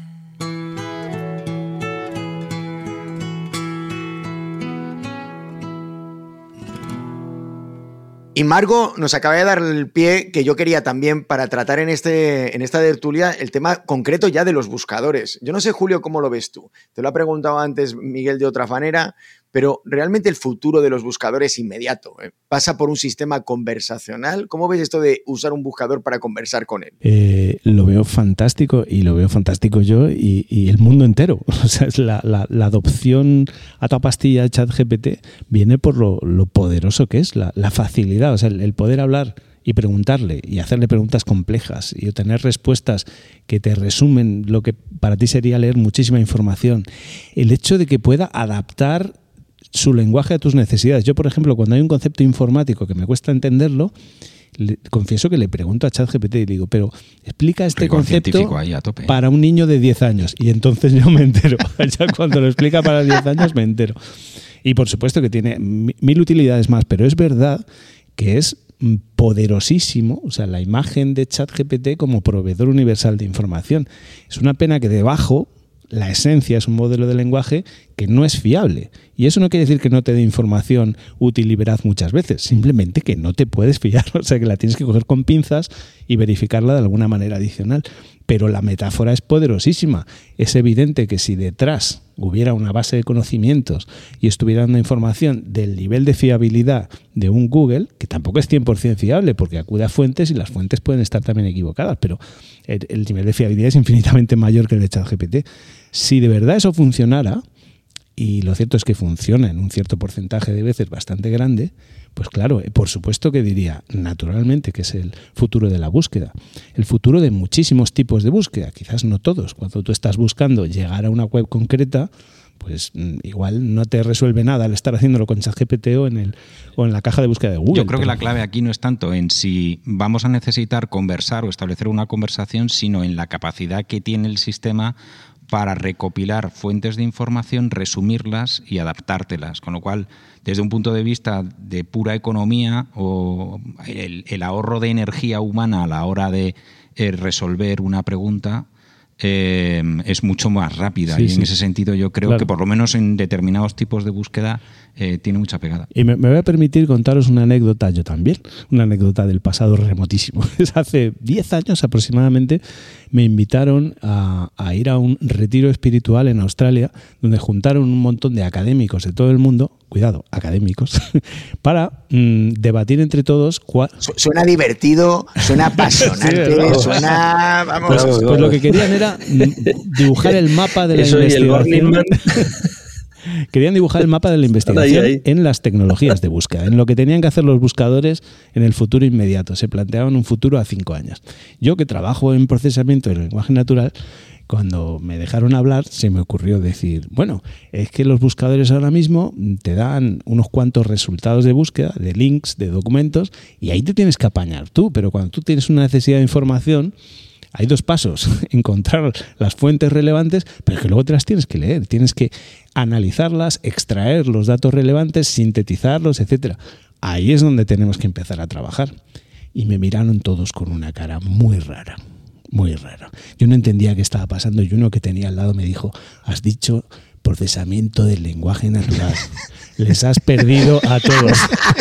Y Margo nos acaba de dar el pie que yo quería también para tratar en esta tertulia el tema concreto ya de los buscadores. Yo no sé, Julio, cómo lo ves tú. Te lo ha preguntado antes Miguel de otra manera, pero realmente el futuro de los buscadores es inmediato. Pasa por un sistema conversacional. ¿Cómo ves esto de usar un buscador para conversar con él? Lo veo fantástico y lo veo fantástico yo y el mundo entero. O sea, es la adopción a toda pastilla de ChatGPT viene por lo poderoso que es, la facilidad. O sea, el poder hablar y preguntarle y hacerle preguntas complejas y obtener respuestas que te resumen lo que para ti sería leer muchísima información. El hecho de que pueda adaptar su lenguaje a tus necesidades. Yo, por ejemplo, cuando hay un concepto informático que me cuesta entenderlo, confieso que le pregunto a ChatGPT y digo, pero explica este concepto ahí a tope. Para un niño de 10 años. Y entonces yo me entero. Ya cuando lo explica para 10 años me entero. Y por supuesto que tiene 1000 utilidades más, pero es verdad que es poderosísimo, o sea, la imagen de ChatGPT como proveedor universal de información. Es una pena que debajo la esencia es un modelo de lenguaje que no es fiable. Y eso no quiere decir que no te dé información útil y veraz muchas veces, simplemente que no te puedes fiar, o sea, que la tienes que coger con pinzas y verificarla de alguna manera adicional. Pero la metáfora es poderosísima. Es evidente que si detrás hubiera una base de conocimientos y estuviera dando información del nivel de fiabilidad de un Google, que tampoco es 100% fiable porque acude a fuentes y las fuentes pueden estar también equivocadas, pero el nivel de fiabilidad es infinitamente mayor que el de ChatGPT. Si de verdad eso funcionara, y lo cierto es que funciona en un cierto porcentaje de veces bastante grande, pues claro, por supuesto que diría naturalmente que es el futuro de la búsqueda, el futuro de muchísimos tipos de búsqueda, quizás no todos. Cuando tú estás buscando llegar a una web concreta, pues igual no te resuelve nada el estar haciéndolo con ChatGPT o en la caja de búsqueda de Google. Yo creo que la clave aquí no es tanto en si vamos a necesitar conversar o establecer una conversación, sino en la capacidad que tiene el sistema para recopilar fuentes de información, resumirlas y adaptártelas. Con lo cual, desde un punto de vista de pura economía o el ahorro de energía humana a la hora de resolver una pregunta es mucho más rápida. Y en ese sentido yo creo que por lo menos en determinados tipos de búsqueda tiene mucha pegada. Y me voy a permitir contaros una anécdota yo también, una anécdota del pasado remotísimo. Hace 10 años aproximadamente me invitaron a ir a un retiro espiritual en Australia donde juntaron un montón de académicos de todo el mundo, cuidado, académicos, para debatir entre todos. Suena divertido, suena apasionante, suena... Vamos. Pues lo que querían era dibujar el mapa de la investigación. Querían dibujar el mapa de la investigación en las tecnologías de búsqueda, en lo que tenían que hacer los buscadores en el futuro inmediato. Se planteaban un futuro a 5 años. Yo, que trabajo en procesamiento del lenguaje natural, cuando me dejaron hablar, se me ocurrió decir, bueno, es que los buscadores ahora mismo te dan unos cuantos resultados de búsqueda, de links, de documentos, y ahí te tienes que apañar tú, pero cuando tú tienes una necesidad de información, hay 2 pasos: encontrar las fuentes relevantes, pero es que luego te las tienes que leer, tienes que analizarlas, extraer los datos relevantes, sintetizarlos, etcétera. Ahí es donde tenemos que empezar a trabajar. Y me miraron todos con una cara muy rara, muy rara. Yo no entendía qué estaba pasando y uno que tenía al lado me dijo, has dicho procesamiento del lenguaje natural. Les has perdido a todos.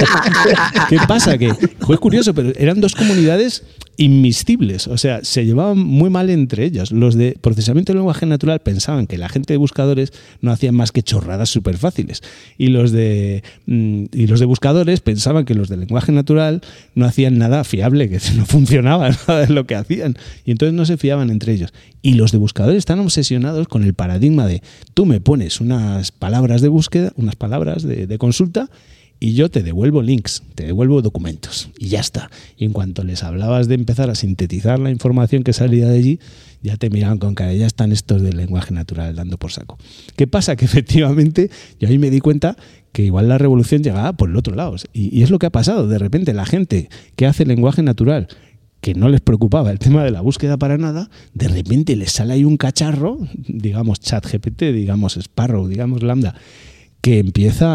¿Qué pasa? Que fue curioso, pero eran dos comunidades inmiscibles, o sea, se llevaban muy mal entre ellas. Los de procesamiento del lenguaje natural pensaban que la gente de buscadores no hacían más que chorradas súper fáciles, y los de buscadores pensaban que los de lenguaje natural no hacían nada fiable, que no funcionaba nada de lo que hacían, y entonces no se fiaban entre ellos. Y los de buscadores están obsesionados con el paradigma de tú me pones unas palabras de búsqueda, unas palabras de consulta, y yo te devuelvo links, te devuelvo documentos y ya está. Y en cuanto les hablabas de empezar a sintetizar la información que salía de allí, ya te miraban con cara, ya están estos del lenguaje natural dando por saco. ¿Qué pasa? Que efectivamente yo ahí me di cuenta que igual la revolución llegaba por el otro lado. Y es lo que ha pasado. De repente la gente que hace lenguaje natural, que no les preocupaba el tema de la búsqueda para nada, de repente les sale ahí un cacharro, digamos ChatGPT, digamos Sparrow, digamos Lambda, que empieza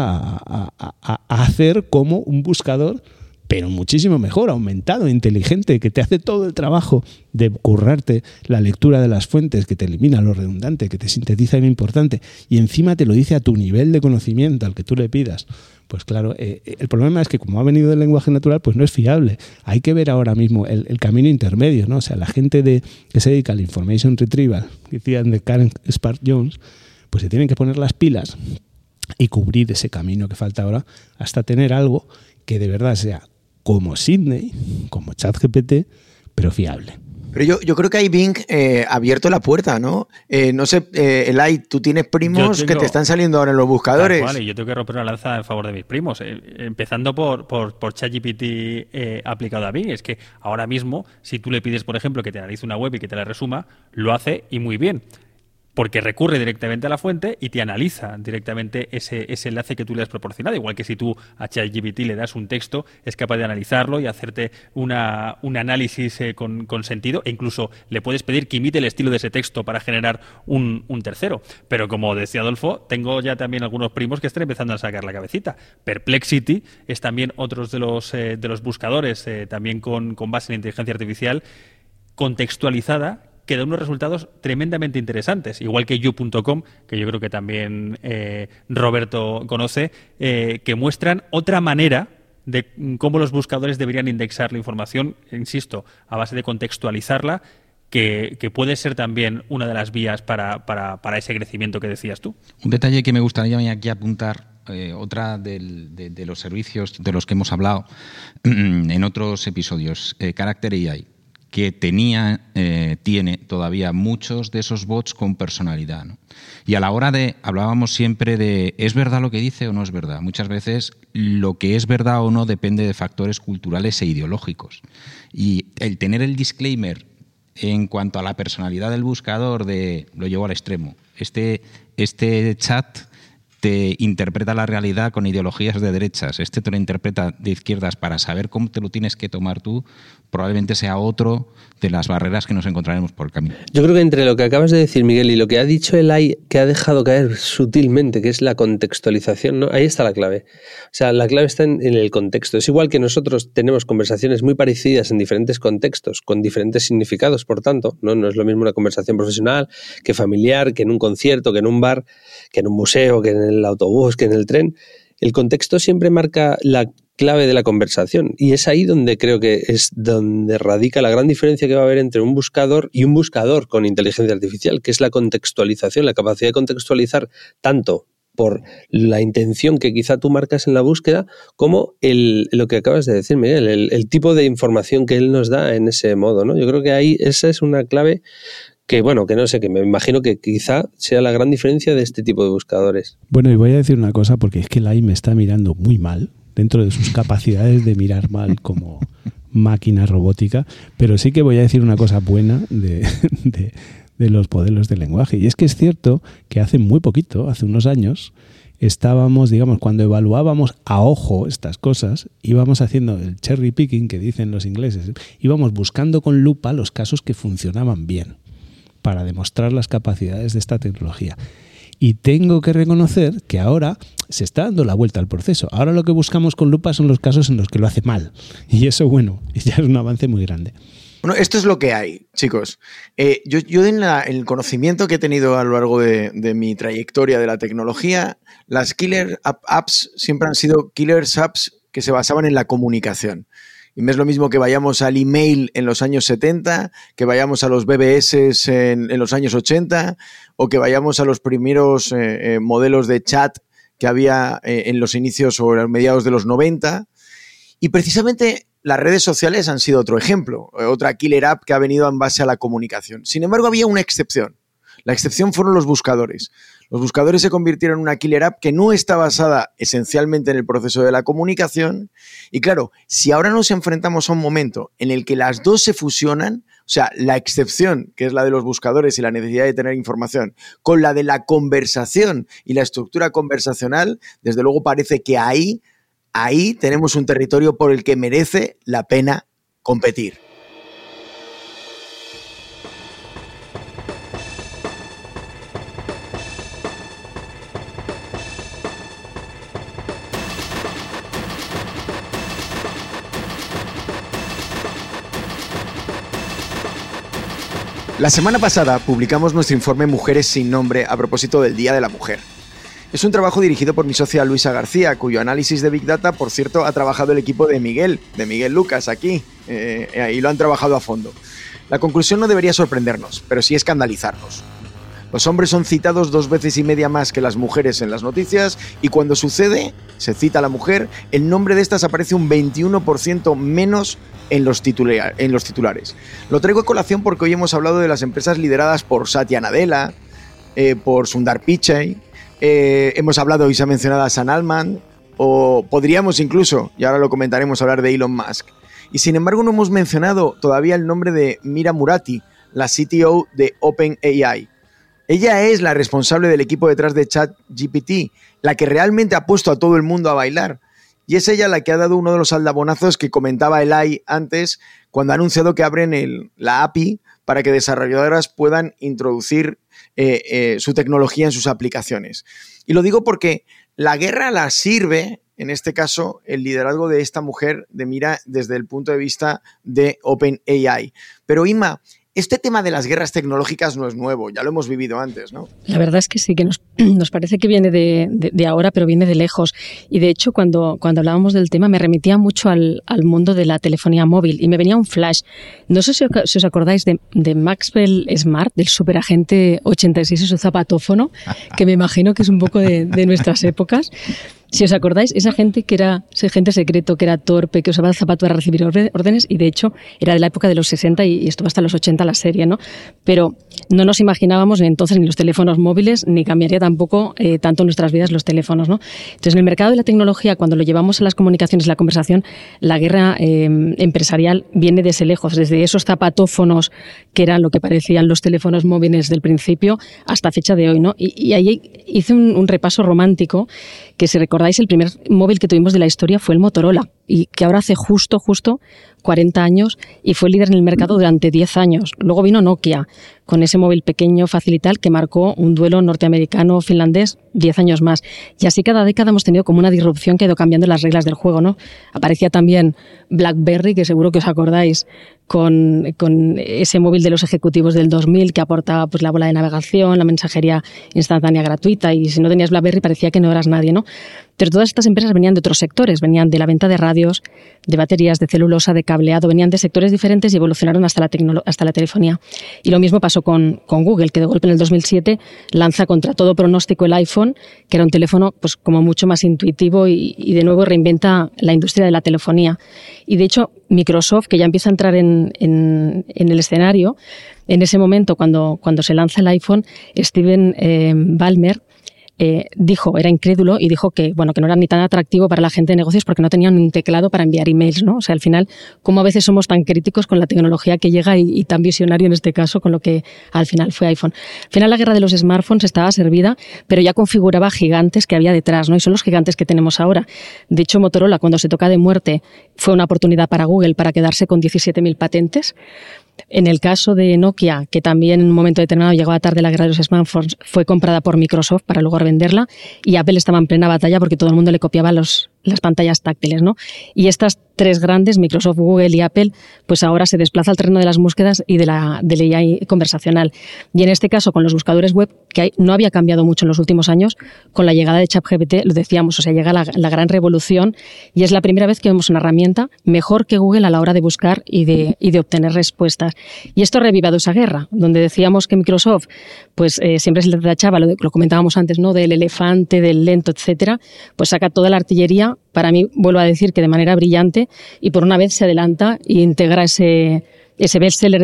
a hacer como un buscador, pero muchísimo mejor, aumentado, inteligente, que te hace todo el trabajo de currarte la lectura de las fuentes, que te elimina lo redundante, que te sintetiza lo importante, y encima te lo dice a tu nivel de conocimiento, al que tú le pidas. Pues claro, el problema es que como ha venido del lenguaje natural, pues no es fiable. Hay que ver ahora mismo el camino intermedio, ¿no? O sea, la gente que se dedica al information retrieval, que decían de Karen Spark-Jones, pues se tienen que poner las pilas y cubrir ese camino que falta ahora hasta tener algo que de verdad sea como Sydney, como ChatGPT, pero fiable. Pero yo creo que ahí Bing ha abierto la puerta, ¿no? No sé, Elay, tú tienes primos que te están saliendo ahora en los buscadores. Vale, yo tengo que romper una lanza en favor de mis primos. Empezando por ChatGPT aplicado a Bing. Es que ahora mismo, si tú le pides, por ejemplo, que te analice una web y que te la resuma, lo hace y muy bien. Porque recurre directamente a la fuente y te analiza directamente ese enlace que tú le has proporcionado. Igual que si tú a ChatGPT le das un texto, es capaz de analizarlo y hacerte un análisis con sentido, e incluso le puedes pedir que imite el estilo de ese texto para generar un tercero. Pero como decía Adolfo, tengo ya también algunos primos que están empezando a sacar la cabecita. Perplexity es también otro de los buscadores, también con base en inteligencia artificial contextualizada, que da unos resultados tremendamente interesantes, igual que you.com, que yo creo que también Roberto conoce, que muestran otra manera de cómo los buscadores deberían indexar la información, insisto, a base de contextualizarla, que puede ser también una de las vías para ese crecimiento que decías tú. Un detalle que me gustaría aquí apuntar, otra de los servicios de los que hemos hablado en otros episodios, Character AI, que tiene todavía muchos de esos bots con personalidad, ¿no? Y a la hora hablábamos siempre de ¿es verdad lo que dice o no es verdad? Muchas veces lo que es verdad o no depende de factores culturales e ideológicos. Y el tener el disclaimer en cuanto a la personalidad del buscador, lo llevo al extremo. Este chat te interpreta la realidad con ideologías de derechas, este te lo interpreta de izquierdas, para saber cómo te lo tienes que tomar tú, probablemente sea otro de las barreras que nos encontraremos por el camino. Yo creo que entre lo que acabas de decir, Miguel, y lo que ha dicho Elay, que ha dejado caer sutilmente, que es la contextualización, ¿no? Ahí está la clave. O sea, la clave está en el contexto. Es igual que nosotros tenemos conversaciones muy parecidas en diferentes contextos, con diferentes significados, por tanto, ¿no? No es lo mismo una conversación profesional que familiar, que en un concierto, que en un bar, que en un museo, que en el autobús, que en el tren. El contexto siempre marca la clave de la conversación, y es ahí donde creo que es donde radica la gran diferencia que va a haber entre un buscador y un buscador con inteligencia artificial, que es la contextualización, la capacidad de contextualizar tanto por la intención que quizá tú marcas en la búsqueda, como lo que acabas de decir, Miguel, el tipo de información que él nos da en ese modo, ¿no? Yo creo que ahí esa es una clave que no sé, que me imagino que quizá sea la gran diferencia de este tipo de buscadores. Bueno, y voy a decir una cosa, porque es que Lai me está mirando muy mal, dentro de sus capacidades de mirar mal como máquina robótica, pero sí que voy a decir una cosa buena de los modelos de lenguaje. Y es que es cierto que hace muy poquito, hace unos años, estábamos, digamos, cuando evaluábamos a ojo estas cosas, íbamos haciendo el cherry picking, que dicen los ingleses, íbamos buscando con lupa los casos que funcionaban bien, para demostrar las capacidades de esta tecnología. Y tengo que reconocer que ahora se está dando la vuelta al proceso. Ahora lo que buscamos con lupa son los casos en los que lo hace mal. Y eso, bueno, ya es un avance muy grande. Bueno, esto es lo que hay, chicos. Yo en el conocimiento que he tenido a lo largo de mi trayectoria de la tecnología, las killer apps siempre han sido killers apps que se basaban en la comunicación. Y no es lo mismo que vayamos al email en los años 70, que vayamos a los BBS en los años 80, o que vayamos a los primeros modelos de chat que había en los inicios o a mediados de los 90. Y precisamente las redes sociales han sido otro ejemplo, otra killer app que ha venido en base a la comunicación. Sin embargo, había una excepción. La excepción fueron los buscadores. Los buscadores se convirtieron en una killer app que no está basada esencialmente en el proceso de la comunicación. Y claro, si ahora nos enfrentamos a un momento en el que las dos se fusionan, o sea, la excepción, que es la de los buscadores y la necesidad de tener información, con la de la conversación y la estructura conversacional, desde luego parece que ahí tenemos un territorio por el que merece la pena competir. La semana pasada publicamos nuestro informe Mujeres sin Nombre a propósito del Día de la Mujer. Es un trabajo dirigido por mi socia Luisa García, cuyo análisis de Big Data, por cierto, ha trabajado el equipo de Miguel Lucas aquí, y lo han trabajado a fondo. La conclusión no debería sorprendernos, pero sí escandalizarnos. Los hombres son citados 2 veces y media más que las mujeres en las noticias, y cuando sucede, se cita a la mujer, el nombre de estas aparece un 21% menos en los titulares. Lo traigo a colación porque hoy hemos hablado de las empresas lideradas por Satya Nadella, por Sundar Pichai, hemos hablado y se ha mencionado a Sam Altman, o podríamos incluso, y ahora lo comentaremos, hablar de Elon Musk. Y sin embargo no hemos mencionado todavía el nombre de Mira Murati, la CTO de OpenAI. Ella es la responsable del equipo detrás de ChatGPT, la que realmente ha puesto a todo el mundo a bailar. Y es ella la que ha dado uno de los aldabonazos que comentaba Elay antes, cuando ha anunciado que abren la API para que desarrolladoras puedan introducir su tecnología en sus aplicaciones. Y lo digo porque la guerra la sirve, en este caso, el liderazgo de esta mujer de Mira desde el punto de vista de OpenAI. Pero Inma, este tema de las guerras tecnológicas no es nuevo, ya lo hemos vivido antes, ¿no? La verdad es que sí, que nos parece que viene de ahora, pero viene de lejos. Y de hecho, cuando hablábamos del tema, me remitía mucho al mundo de la telefonía móvil y me venía un flash. No sé si os acordáis de Maxwell Smart, del superagente 86 y su zapatófono, que me imagino que es un poco de nuestras épocas. Si os acordáis, esa gente que era ese agente secreto, que era torpe, que usaba el zapato para recibir órdenes, y de hecho era de la época de los 60 y estuvo hasta los 80 la serie, ¿no? Pero no nos imaginábamos ni entonces ni los teléfonos móviles, ni cambiaría tampoco tanto en nuestras vidas los teléfonos, ¿no? Entonces, en el mercado de la tecnología, cuando lo llevamos a las comunicaciones, la conversación, la guerra empresarial viene desde lejos, desde esos zapatófonos que eran lo que parecían los teléfonos móviles del principio hasta fecha de hoy, ¿no? Y ahí hice un repaso romántico que, si recordáis, el primer móvil que tuvimos de la historia fue el Motorola, y que ahora hace justo 40 años y fue líder en el mercado durante 10 años. Luego vino Nokia con ese móvil pequeño, fácil y tal, que marcó un duelo norteamericano-finlandés 10 años más. Y así cada década hemos tenido como una disrupción que ha ido cambiando las reglas del juego, ¿no? Aparecía también BlackBerry, que seguro que os acordáis, con ese móvil de los ejecutivos del 2000 que aportaba pues la bola de navegación, la mensajería instantánea gratuita, y si no tenías BlackBerry parecía que no eras nadie, ¿no? Pero todas estas empresas venían de otros sectores, venían de la venta de radios, de baterías, de celulosa, de cableado, venían de sectores diferentes y evolucionaron hasta la telefonía. Y lo mismo pasó con Google, que de golpe en el 2007 lanza contra todo pronóstico el iPhone, que era un teléfono pues como mucho más intuitivo, y de nuevo reinventa la industria de la telefonía. Y de hecho Microsoft, que ya empieza a entrar en el escenario, en ese momento cuando se lanza el iPhone, Steven Ballmer era incrédulo y dijo que no era ni tan atractivo para la gente de negocios porque no tenían un teclado para enviar emails, ¿no? O sea, al final, cómo a veces somos tan críticos con la tecnología que llega y tan visionario en este caso con lo que al final fue iPhone. Al final la guerra de los smartphones estaba servida, pero ya configuraba gigantes que había detrás, ¿no? Y son los gigantes que tenemos ahora. De hecho, Motorola, cuando se toca de muerte, fue una oportunidad para Google para quedarse con 17.000 patentes. En el caso de Nokia, que también en un momento determinado llegaba tarde la guerra de los smartphones, fue comprada por Microsoft para luego revenderla, y Apple estaba en plena batalla porque todo el mundo le copiaba los las pantallas táctiles, ¿no? Y estas tres grandes, Microsoft, Google y Apple, pues ahora se desplaza al terreno de las búsquedas y del AI conversacional. Y en este caso, con los buscadores web, que no había cambiado mucho en los últimos años, con la llegada de ChatGPT, lo decíamos, o sea, llega la gran revolución y es la primera vez que vemos una herramienta mejor que Google a la hora de buscar y de obtener respuestas. Y esto ha revivado esa guerra, donde decíamos que Microsoft, pues siempre se le tachaba, lo comentábamos antes, ¿no? Del elefante, del lento, etcétera, pues saca toda la artillería. Para mí, vuelvo a decir que de manera brillante, y por una vez se adelanta e integra ese bestseller de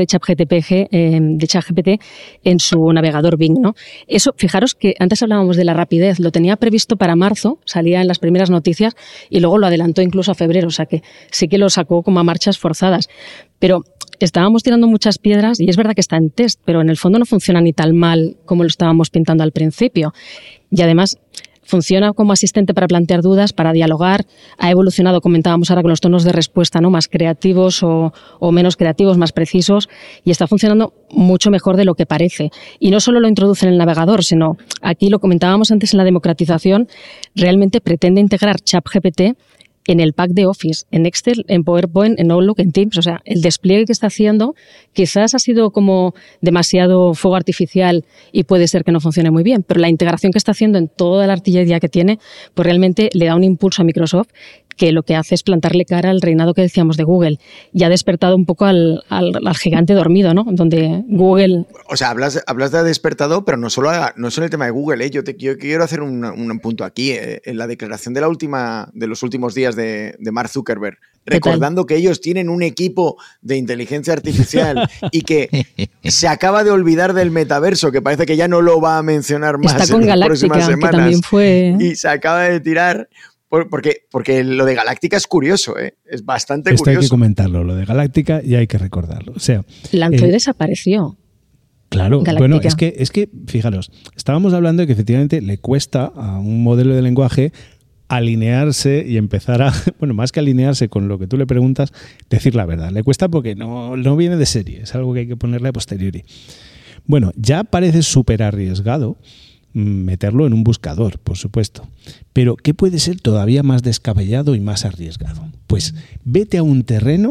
ChatGPT en su navegador Bing, ¿no? Eso, fijaros que antes hablábamos de la rapidez, lo tenía previsto para marzo, salía en las primeras noticias y luego lo adelantó incluso a febrero, o sea que sí que lo sacó como a marchas forzadas. Pero estábamos tirando muchas piedras y es verdad que está en test, pero en el fondo no funciona ni tan mal como lo estábamos pintando al principio. Y además funciona como asistente para plantear dudas, para dialogar. Ha evolucionado, comentábamos ahora, con los tonos de respuesta, ¿no? Más creativos o menos creativos, más precisos, y está funcionando mucho mejor de lo que parece. Y no solo lo introduce en el navegador, sino, aquí lo comentábamos antes en la democratización, realmente pretende integrar ChatGPT en el pack de Office, en Excel, en PowerPoint, en Outlook, en Teams. O sea, el despliegue que está haciendo quizás ha sido como demasiado fuego artificial y puede ser que no funcione muy bien, pero la integración que está haciendo en toda la artillería que tiene, pues realmente le da un impulso a Microsoft que lo que hace es plantarle cara al reinado que decíamos de Google. Y ha despertado un poco al gigante dormido, ¿no? Donde Google... O sea, hablas de despertado, pero no solo el tema de Google, ¿eh? Yo quiero hacer un punto aquí. En la declaración de los últimos días de Mark Zuckerberg, recordando que ellos tienen un equipo de inteligencia artificial y que se acaba de olvidar del metaverso, que parece que ya no lo va a mencionar más está con en las Galáctica, próximas semanas. Que también fue... Y se acaba de tirar... Porque lo de Galáctica es curioso, ¿eh? Es bastante Esto curioso. Hay que comentarlo, lo de Galáctica, y hay que recordarlo. O sea, lanzó y desapareció. Claro, Galáctica. Bueno, es que, fijaros, estábamos hablando de que efectivamente le cuesta a un modelo de lenguaje alinearse y empezar a, bueno, más que alinearse con lo que tú le preguntas, decir la verdad. Le cuesta porque no viene de serie, es algo que hay que ponerle a posteriori. Bueno, ya parece súper arriesgado meterlo en un buscador, por supuesto. Pero ¿qué puede ser todavía más descabellado y más arriesgado? Pues vete a un terreno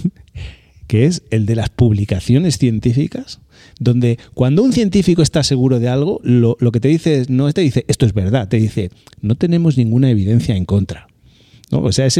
que es el de las publicaciones científicas, donde cuando un científico está seguro de algo, lo que te dice es, no te dice esto es verdad, te dice no tenemos ninguna evidencia en contra. ¿No? O sea,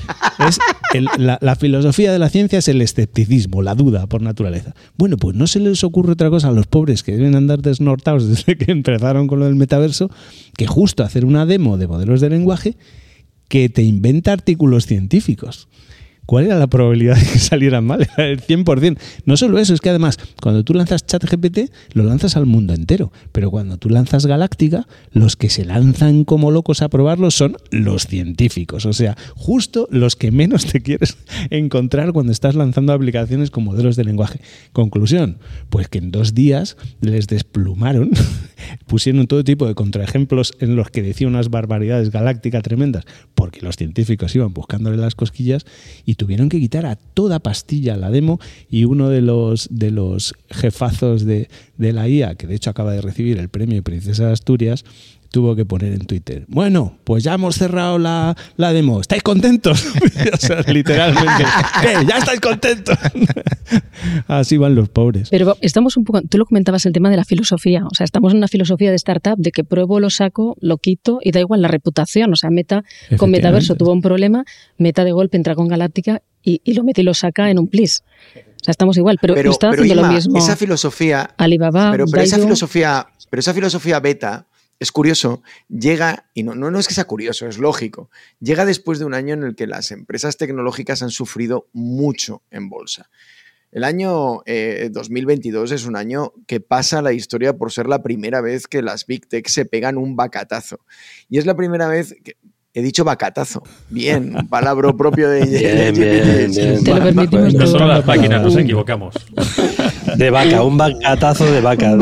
la filosofía de la ciencia es el escepticismo, la duda por naturaleza. Bueno, pues no se les ocurre otra cosa a los pobres que deben andar desnortados desde que empezaron con lo del metaverso, que justo hacer una demo de modelos de lenguaje que te inventa artículos científicos. ¿Cuál era la probabilidad de que salieran mal? Era el 100%. No solo eso, es que además, cuando tú lanzas ChatGPT, lo lanzas al mundo entero. Pero cuando tú lanzas Galáctica, los que se lanzan como locos a probarlo son los científicos. O sea, justo los que menos te quieres encontrar cuando estás lanzando aplicaciones con modelos de lenguaje. Conclusión, pues que en 2 días les desplumaron, pusieron todo tipo de contraejemplos en los que decía unas barbaridades Galáctica tremendas, porque los científicos iban buscándole las cosquillas y tuvieron que quitar a toda pastilla la demo, y uno de los jefazos de la IA, que de hecho acaba de recibir el premio Princesa de Asturias, tuvo que poner en Twitter, bueno, pues ya hemos cerrado la demo, ¿estáis contentos? O sea, literalmente, ¿qué? ¿Ya estáis contentos? Así van los pobres. Pero estamos un poco, tú lo comentabas, el tema de la filosofía, o sea, estamos en una filosofía de startup de que pruebo, lo saco, lo quito y da igual la reputación. O sea, Meta con Metaverso tuvo un problema, Meta de golpe entra con Galáctica y lo mete y lo saca en un plis. O sea, estamos igual, pero está haciendo Inma, lo mismo. Esa filosofía, Alibaba, pero esa filosofía beta, es curioso, llega, y no es que sea curioso, es lógico, llega después de un año en el que las empresas tecnológicas han sufrido mucho en bolsa. El año 2022 es un año que pasa a la historia por ser la primera vez que las Big Tech se pegan un bacatazo. Y es la primera vez que... He dicho bacatazo. Bien, un palabra propio de... Bien. Te lo permitimos. No solo las máquinas, nos equivocamos. De vaca, un bacatazo de vaca.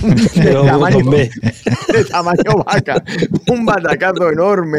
De tamaño vaca. Un batacazo enorme.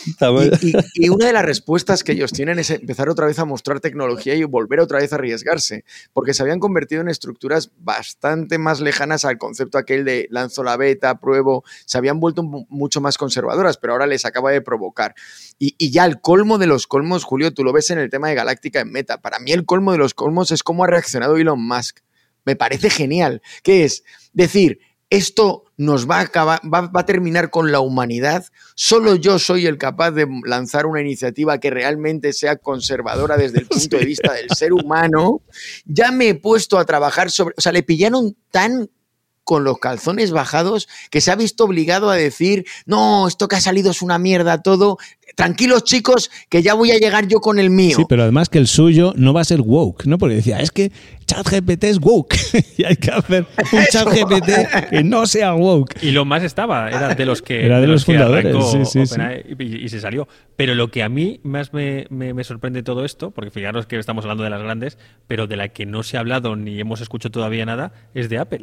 Y una de las respuestas que ellos tienen es empezar otra vez a mostrar tecnología y volver otra vez a arriesgarse, porque se habían convertido en estructuras bastante más lejanas al concepto aquel de lanzo la beta, pruebo, se habían vuelto mucho más conservadoras, pero ahora les acaba de provocar. Y ya el colmo de los colmos, Julio, tú lo ves en el tema de Galáctica en Meta. Para mí el colmo de los colmos es cómo ha reaccionado Elon Musk. Me parece genial. ¿Qué es? Decir, esto nos va a acabar, va a terminar con la humanidad. Solo yo soy el capaz de lanzar una iniciativa que realmente sea conservadora desde el punto de vista del ser humano. Ya me he puesto a trabajar sobre... O sea, le pillaron tan con los calzones bajados que se ha visto obligado a decir, no, esto que ha salido es una mierda todo, tranquilos chicos, que ya voy a llegar yo con el mío. Sí, pero además que el suyo no va a ser woke, ¿no? Porque decía, es que ChatGPT es woke y hay que hacer un ChatGPT que no sea woke. Y lo más era de los que... Era de los fundadores, sí. Y se salió. Pero lo que a mí más me sorprende todo esto, porque fijaros que estamos hablando de las grandes, pero de la que no se ha hablado ni hemos escuchado todavía nada, es de Apple.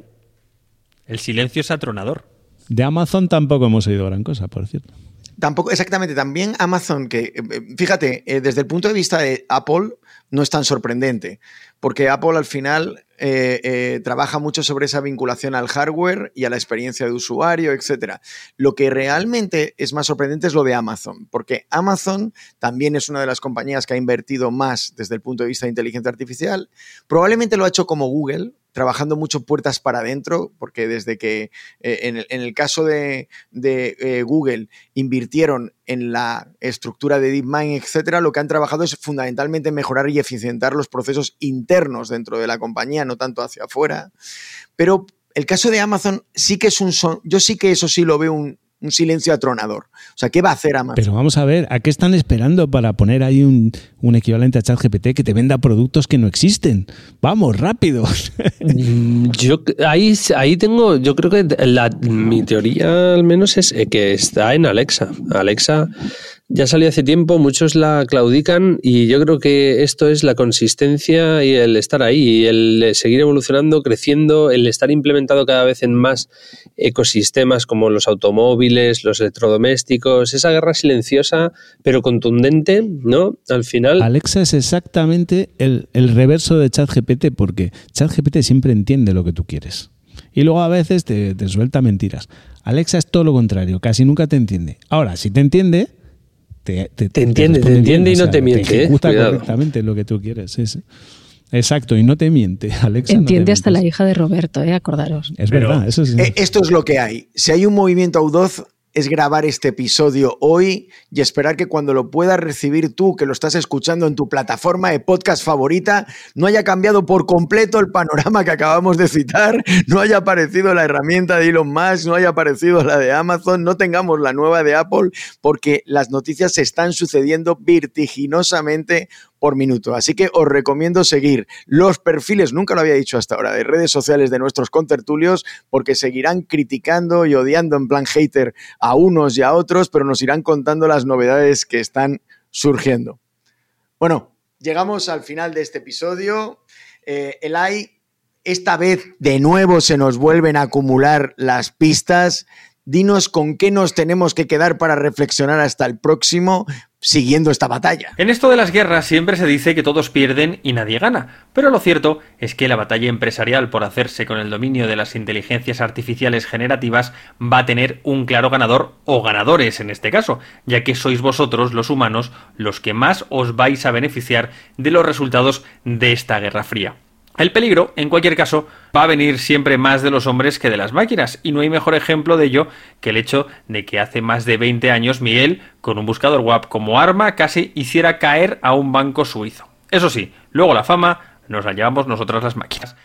El silencio es atronador. De Amazon tampoco hemos oído gran cosa, por cierto. Tampoco, exactamente. También Amazon, que fíjate, desde el punto de vista de Apple, no es tan sorprendente, porque Apple al final trabaja mucho sobre esa vinculación al hardware y a la experiencia de usuario, etc. Lo que realmente es más sorprendente es lo de Amazon, porque Amazon también es una de las compañías que ha invertido más desde el punto de vista de inteligencia artificial. Probablemente lo ha hecho como Google, trabajando mucho puertas para adentro, porque desde que en el caso de Google invirtieron en la estructura de DeepMind, etcétera, lo que han trabajado es fundamentalmente mejorar y eficientar los procesos internos dentro de la compañía, no tanto hacia afuera. Pero el caso de Amazon sí que es yo sí que eso sí lo veo un silencio atronador. O sea, ¿qué va a hacer Amazon? Pero vamos a ver, ¿a qué están esperando para poner ahí un equivalente a ChatGPT que te venda productos que no existen? Vamos, rápido. Yo ahí tengo, yo creo que mi teoría al menos es que está en Alexa. Alexa ya salió hace tiempo, muchos la claudican y yo creo que esto es la consistencia y el estar ahí, y el seguir evolucionando, creciendo, el estar implementado cada vez en más ecosistemas como los automóviles, los electrodomésticos, esa guerra silenciosa pero contundente, ¿no? Al final... Alexa es exactamente el reverso de ChatGPT, porque ChatGPT siempre entiende lo que tú quieres y luego a veces te suelta mentiras. Alexa es todo lo contrario, casi nunca te entiende. Ahora, si te entiende... Te entiende bien, y no te miente. Te ejecuta correctamente lo que tú quieres. Sí. Exacto, y no te miente. Alexa entiende hasta la hija de Roberto, acordaros. Es verdad, eso sí. Esto es lo que hay. Si hay un movimiento audaz, es grabar este episodio hoy y esperar que cuando lo puedas recibir tú, que lo estás escuchando en tu plataforma de podcast favorita, no haya cambiado por completo el panorama que acabamos de citar, no haya aparecido la herramienta de Elon Musk, no haya aparecido la de Amazon, no tengamos la nueva de Apple, porque las noticias se están sucediendo vertiginosamente por minuto. Así que os recomiendo seguir los perfiles, nunca lo había dicho hasta ahora, de redes sociales de nuestros contertulios, porque seguirán criticando y odiando en plan hater a unos y a otros, pero nos irán contando las novedades que están surgiendo. Bueno, llegamos al final de este episodio. Elai, esta vez de nuevo se nos vuelven a acumular las pistas. Dinos con qué nos tenemos que quedar para reflexionar hasta el próximo, siguiendo esta batalla. En esto de las guerras siempre se dice que todos pierden y nadie gana, pero lo cierto es que la batalla empresarial por hacerse con el dominio de las inteligencias artificiales generativas va a tener un claro ganador o ganadores en este caso, ya que sois vosotros, los humanos, los que más os vais a beneficiar de los resultados de esta guerra fría. El peligro, en cualquier caso, va a venir siempre más de los hombres que de las máquinas, y no hay mejor ejemplo de ello que el hecho de que hace más de 20 años Miguel, con un buscador web como arma, casi hiciera caer a un banco suizo. Eso sí, luego la fama nos la llevamos nosotras las máquinas.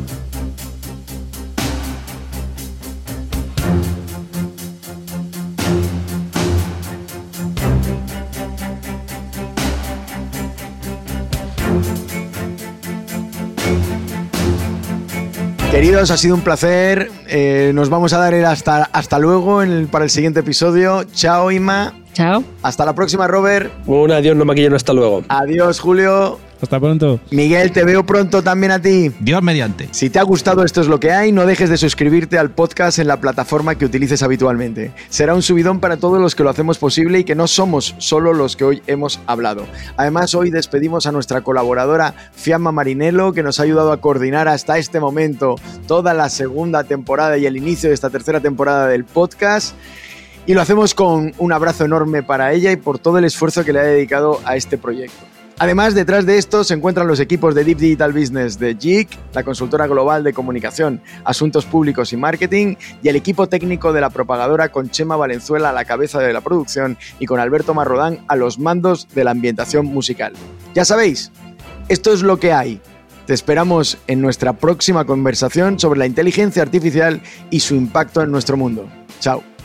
Queridos, ha sido un placer. Nos vamos a dar el hasta luego para el siguiente episodio. Chao, Inma. Chao. Hasta la próxima, Robert. Un adiós, no maquillero, hasta luego. Adiós, Julio. Hasta pronto. Miguel, te veo pronto también a ti. Dios mediante. Si te ha gustado Esto es lo que hay, no dejes de suscribirte al podcast en la plataforma que utilices habitualmente. Será un subidón para todos los que lo hacemos posible y que no somos solo los que hoy hemos hablado. Además, hoy despedimos a nuestra colaboradora Fiamma Marinello, que nos ha ayudado a coordinar hasta este momento toda la segunda temporada y el inicio de esta tercera temporada del podcast. Y lo hacemos con un abrazo enorme para ella y por todo el esfuerzo que le ha dedicado a este proyecto. Además, detrás de esto se encuentran los equipos de Deep Digital Business de JIC, la consultora global de comunicación, asuntos públicos y marketing, y el equipo técnico de la propagadora con Chema Valenzuela a la cabeza de la producción y con Alberto Marrodán a los mandos de la ambientación musical. Ya sabéis, esto es lo que hay. Te esperamos en nuestra próxima conversación sobre la inteligencia artificial y su impacto en nuestro mundo. Chao.